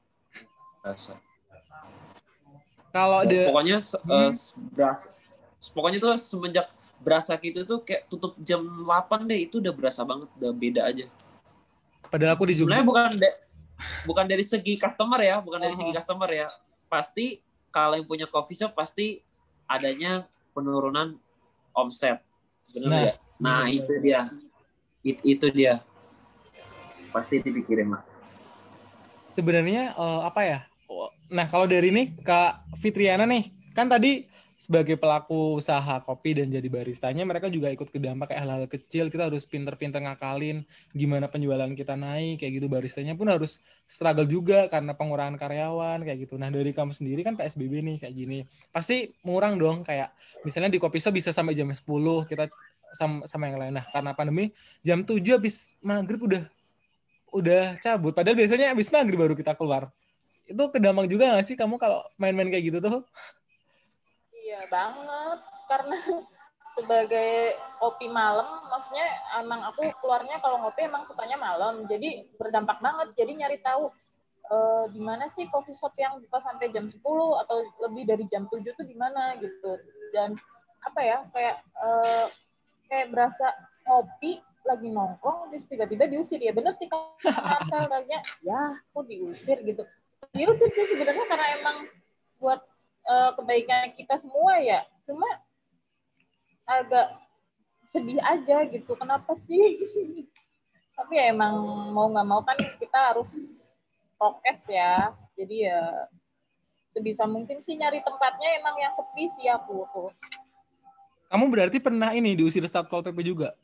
[SPEAKER 3] Kalau
[SPEAKER 4] pokoknya pokoknya tuh semenjak berasa gitu tuh kayak tutup jam 8 deh itu udah berasa banget udah beda aja.
[SPEAKER 3] Padahal aku di Jogja.
[SPEAKER 4] Sebenarnya bukan dari segi customer ya, pasti kalau yang punya coffee shop pasti adanya penurunan omset. Benar ya? Nah, itu dia. Pasti dipikirin lah.
[SPEAKER 3] Sebenarnya apa ya? Nah, kalau dari ini Kak Fitriana nih, kan tadi sebagai pelaku usaha kopi dan jadi baristanya mereka juga ikut kedampak kayak hal-hal kecil kita harus pinter-pinter ngakalin gimana penjualan kita naik kayak gitu baristanya pun harus struggle juga karena pengurangan karyawan kayak gitu. Nah dari kamu sendiri kan PSBB nih kayak gini pasti mengurang dong kayak misalnya di kopi shop bisa sampai jam 10 kita sama yang lain. Nah karena pandemi jam 7 habis maghrib udah cabut padahal biasanya habis maghrib baru kita keluar. Itu kedampak juga nggak sih kamu kalau main-main kayak gitu tuh?
[SPEAKER 6] Iya banget, karena sebagai kopi malam, maksudnya emang aku keluarnya kalau ngopi emang sukanya malam, jadi berdampak banget. Jadi nyari tahu di mana sih coffee shop yang buka sampai jam 10 atau lebih dari jam 7 tuh di mana gitu. Dan apa ya, kayak berasa ngopi lagi nongkrong terus tiba-tiba diusir. Ya bener sih kan Marcel tanya, ya kok diusir gitu. Diusir sih sebenarnya karena emang buat kebaikan kita semua ya, cuma agak sedih aja gitu kenapa sih tapi ya emang mau nggak mau kan kita harus prokes ya jadi ya sebisa mungkin sih nyari tempatnya emang yang sepi sih aku tuh.
[SPEAKER 3] Kamu berarti pernah ini diusir Satpol PP juga?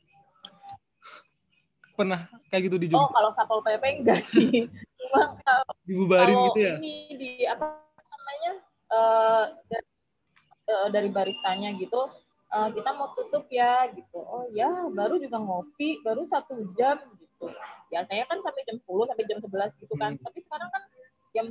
[SPEAKER 3] Pernah kayak gitu di
[SPEAKER 6] Oh,
[SPEAKER 3] Jogja?
[SPEAKER 6] kalau Satpol PP enggak sih. Cuma
[SPEAKER 3] Dibubarin
[SPEAKER 6] kalau
[SPEAKER 3] gitu ya?
[SPEAKER 6] ini di apa namanya dari baristanya gitu, kita mau tutup ya gitu. Oh ya, baru juga ngopi, baru 1 jam gitu. Biasanya kan sampai jam 10 sampai jam 11 gitu kan. Tapi sekarang kan jam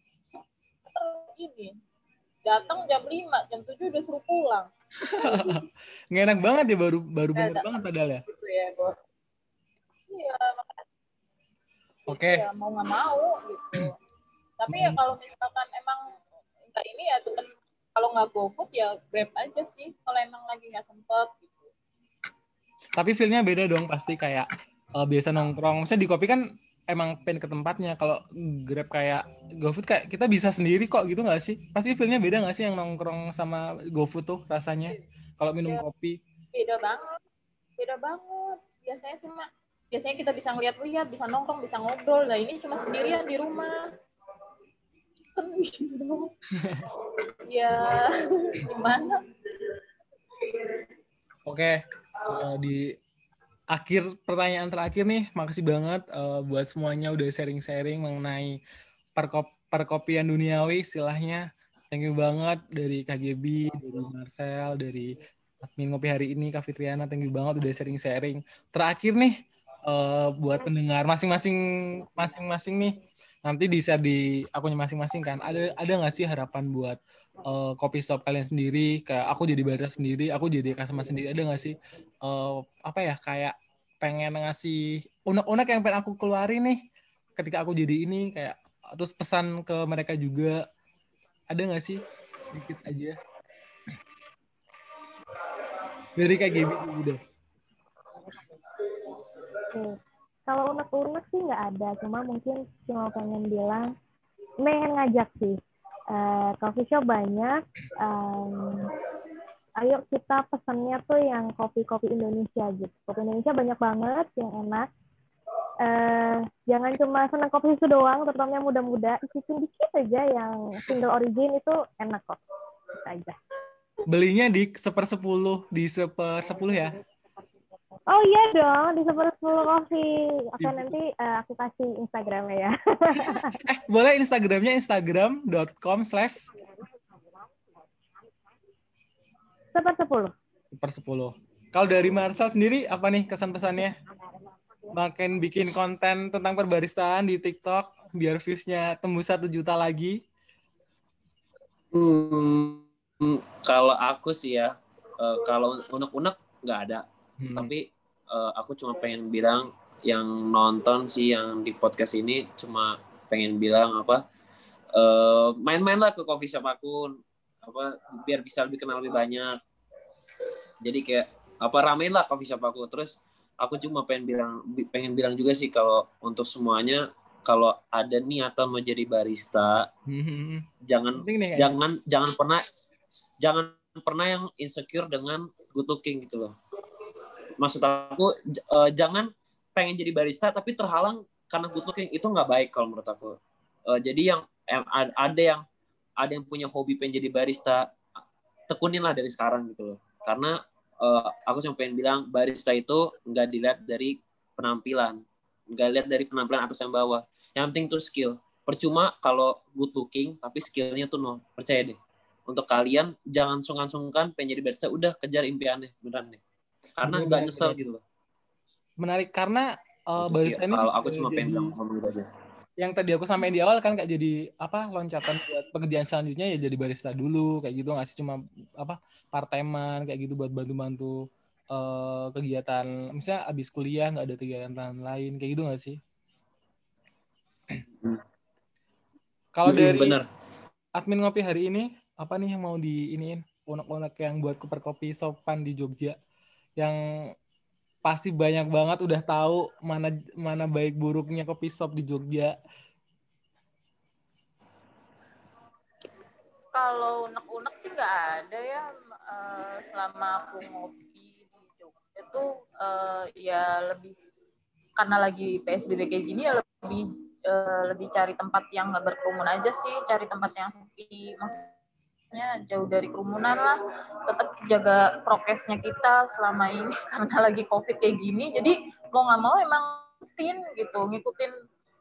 [SPEAKER 6] ini datang jam 5, jam 7 udah suruh pulang.
[SPEAKER 3] Nggak enak banget ya, baru bener
[SPEAKER 6] Ada
[SPEAKER 3] banget padahal ya.
[SPEAKER 6] gitu ya, Bo. Iya,
[SPEAKER 3] Oke.
[SPEAKER 6] ya mau nggak mau gitu. Tapi ya kalau misalkan emang nggak ini ya tetap kalau nggak GoFood ya Grab aja sih kalau emang lagi nggak sempet gitu.
[SPEAKER 3] Tapi feel-nya beda dong pasti kayak biasa nongkrong. Maksudnya di kopi kan emang pengen ke tempatnya. Kalau Grab kayak GoFood kayak kita bisa sendiri kok gitu nggak sih? Pasti feel-nya beda nggak sih yang nongkrong sama GoFood tuh rasanya? Kalau minum
[SPEAKER 6] Ya,
[SPEAKER 3] kopi.
[SPEAKER 6] beda banget. Biasanya kita bisa ngeliat-liat, bisa nongkrong, bisa ngobrol. Nah ini cuma sendirian di rumah. Gitu. Ya gimana?
[SPEAKER 3] Oke. Di akhir pertanyaan terakhir nih, makasih banget buat semuanya udah sharing-sharing mengenai perkopian duniawi istilahnya. Thank you banget dari KGB, dari Marcel, dari admin ngopi hari ini, Kak Fitriana, thank you banget udah sharing-sharing. Terakhir nih, buat pendengar masing-masing nih, nanti di-share di akunnya masing-masing kan. Ada nggak sih harapan buat kopi shop kalian sendiri? Kayak aku jadi barista sendiri, aku jadi customer sendiri. Ada nggak sih apa ya kayak pengen ngasih unek-unek yang pengen aku keluarin nih ketika aku jadi ini kayak terus pesan ke mereka juga, ada nggak sih dikit aja dari Kak Gaby dulu deh.
[SPEAKER 5] Oke. Kalau unek-unek sih nggak ada, cuma mungkin cuma pengen bilang, pengen ngajak sih. Coffee shop banyak, ayo kita pesannya tuh yang kopi-kopi Indonesia gitu. Kopi Indonesia banyak banget yang enak. Jangan cuma senang kopi susu doang, terutama yang muda-muda. Icipin dikit aja yang single origin itu enak kok. Gitu aja.
[SPEAKER 3] Belinya di 1/10 di 1/10 ya.
[SPEAKER 5] Oh iya dong, di 1/10 Coffee. Oke, nanti aku kasih Instagramnya ya.
[SPEAKER 3] Boleh Instagramnya instagram.com/
[SPEAKER 5] 1/10.
[SPEAKER 3] 1/10. Kalau dari Marcel sendiri apa nih kesan pesannya? Makin bikin konten tentang perbaristaan di TikTok biar views-nya tembus 1 juta lagi.
[SPEAKER 4] Kalau aku sih ya, kalau unek-unek nggak ada. Tapi aku cuma pengen bilang yang nonton sih yang di podcast ini cuma pengen bilang apa, main-mainlah ke coffee shop aku, apa biar bisa lebih kenal lebih banyak. Jadi kayak apa ramein lah coffee shop aku. Terus aku cuma pengen bilang juga sih kalau untuk semuanya kalau ada niatan mau jadi barista, jangan pernah yang insecure dengan good looking gitu loh. Maksud aku jangan pengen jadi barista tapi terhalang karena good looking, itu nggak baik kalau menurut aku. Jadi yang ada yang punya hobi pengen jadi barista, tekunin lah dari sekarang gitu loh. Karena aku cuma pengen bilang barista itu nggak dilihat dari penampilan, nggak lihat dari penampilan atas yang bawah. Yang penting tuh skill. Percuma kalau good looking tapi skillnya tuh nol. Percaya deh. Untuk kalian jangan sungkan-sungkan pengen jadi barista, udah kejar impiannya beneran deh. Karena nggak nyesel gitu loh.
[SPEAKER 3] Menarik karena barista ini
[SPEAKER 4] kalau aku cuma pengen bilang ngomong gitu aja.
[SPEAKER 3] Yang tadi aku sampaikan di awal kan kayak jadi apa loncatan buat pekerjaan selanjutnya ya jadi barista dulu kayak gitu, nggak sih cuma apa part-timean kayak gitu buat bantu-bantu kegiatan misalnya abis kuliah nggak ada kegiatan lain kayak gitu nggak sih? Kalau dari
[SPEAKER 4] bener.
[SPEAKER 3] admin ngopi hari ini apa nih yang mau diiniin unek-unek yang buat kopi sopan di Jogja yang pasti banyak banget udah tahu mana baik buruknya kopi shop di Jogja.
[SPEAKER 6] Kalau unek-unek sih nggak ada ya. Selama aku ngopi di Jogja tuh ya lebih karena lagi PSBB kayak gini ya lebih lebih cari tempat yang nggak berkerumun aja sih, cari tempat yang sepi, maksudnya jauh dari kerumunan lah, tetap jaga prokesnya kita selama ini karena lagi COVID kayak gini, jadi mau nggak mau emang ngikutin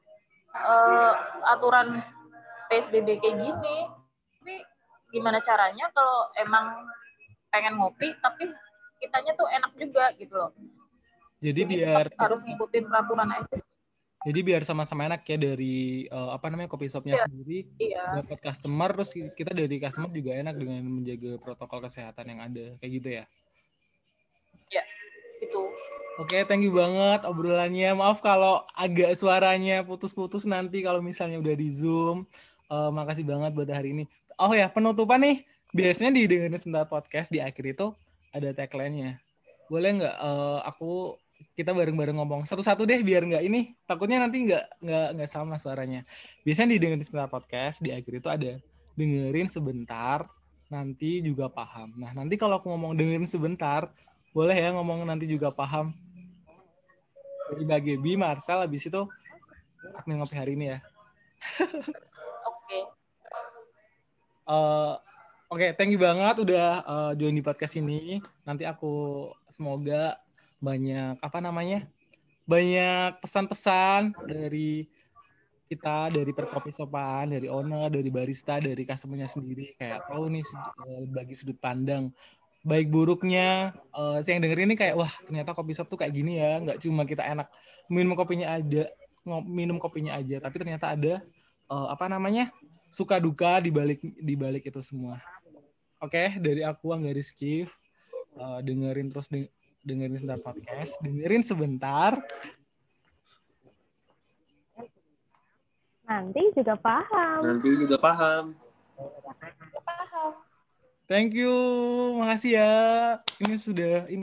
[SPEAKER 6] aturan PSBB kayak gini. Tapi gimana caranya kalau emang pengen ngopi tapi kitanya tuh enak juga gitu loh.
[SPEAKER 3] Jadi
[SPEAKER 6] Jadi
[SPEAKER 3] biar
[SPEAKER 6] tetap harus ngikutin peraturan aja sih.
[SPEAKER 3] Jadi biar sama-sama enak ya dari kopi shopnya
[SPEAKER 6] Iya.
[SPEAKER 3] sendiri
[SPEAKER 6] Iya,
[SPEAKER 3] dapat customer, terus kita dari customer juga enak dengan menjaga protokol kesehatan yang ada kayak gitu ya.
[SPEAKER 6] ya itu.
[SPEAKER 3] Oke, thank you banget obrolannya. Maaf kalau agak suaranya putus-putus nanti kalau misalnya udah di Zoom. Makasih banget buat hari ini. Oh ya, penutupan nih. Biasanya di Dengerin Sebentar Podcast di akhir itu ada tagline-nya. Boleh nggak kita bareng-bareng ngomong satu-satu deh biar nggak ini. Takutnya nanti nggak sama suaranya. Biasanya di Dengerin Sebentar Podcast di akhir itu ada dengerin sebentar, nanti juga paham. Nah, nanti kalau aku ngomong dengerin sebentar, boleh ya ngomong nanti juga paham. Dari Mbak Gaby, Marcel, habis itu admin ngopi hari ini ya.
[SPEAKER 6] Oke.
[SPEAKER 3] Oke, thank you banget udah join di podcast ini. Nanti aku semoga banyak banyak pesan-pesan dari kita, dari Perkopi Sopan, dari owner, dari barista, dari customer-nya sendiri. Kayak tahu nih bagi sudut pandang baik buruknya. Saya yang dengerin ini kayak wah ternyata kopi shop tuh kayak gini ya. Nggak cuma kita enak minum kopinya aja, tapi ternyata ada suka duka di balik itu semua. Oke, dari aku Angga Rizky, dengerin sebentar podcast, dengerin sebentar.
[SPEAKER 5] Nanti juga paham.
[SPEAKER 3] Thank you, makasih ya. Ini sudah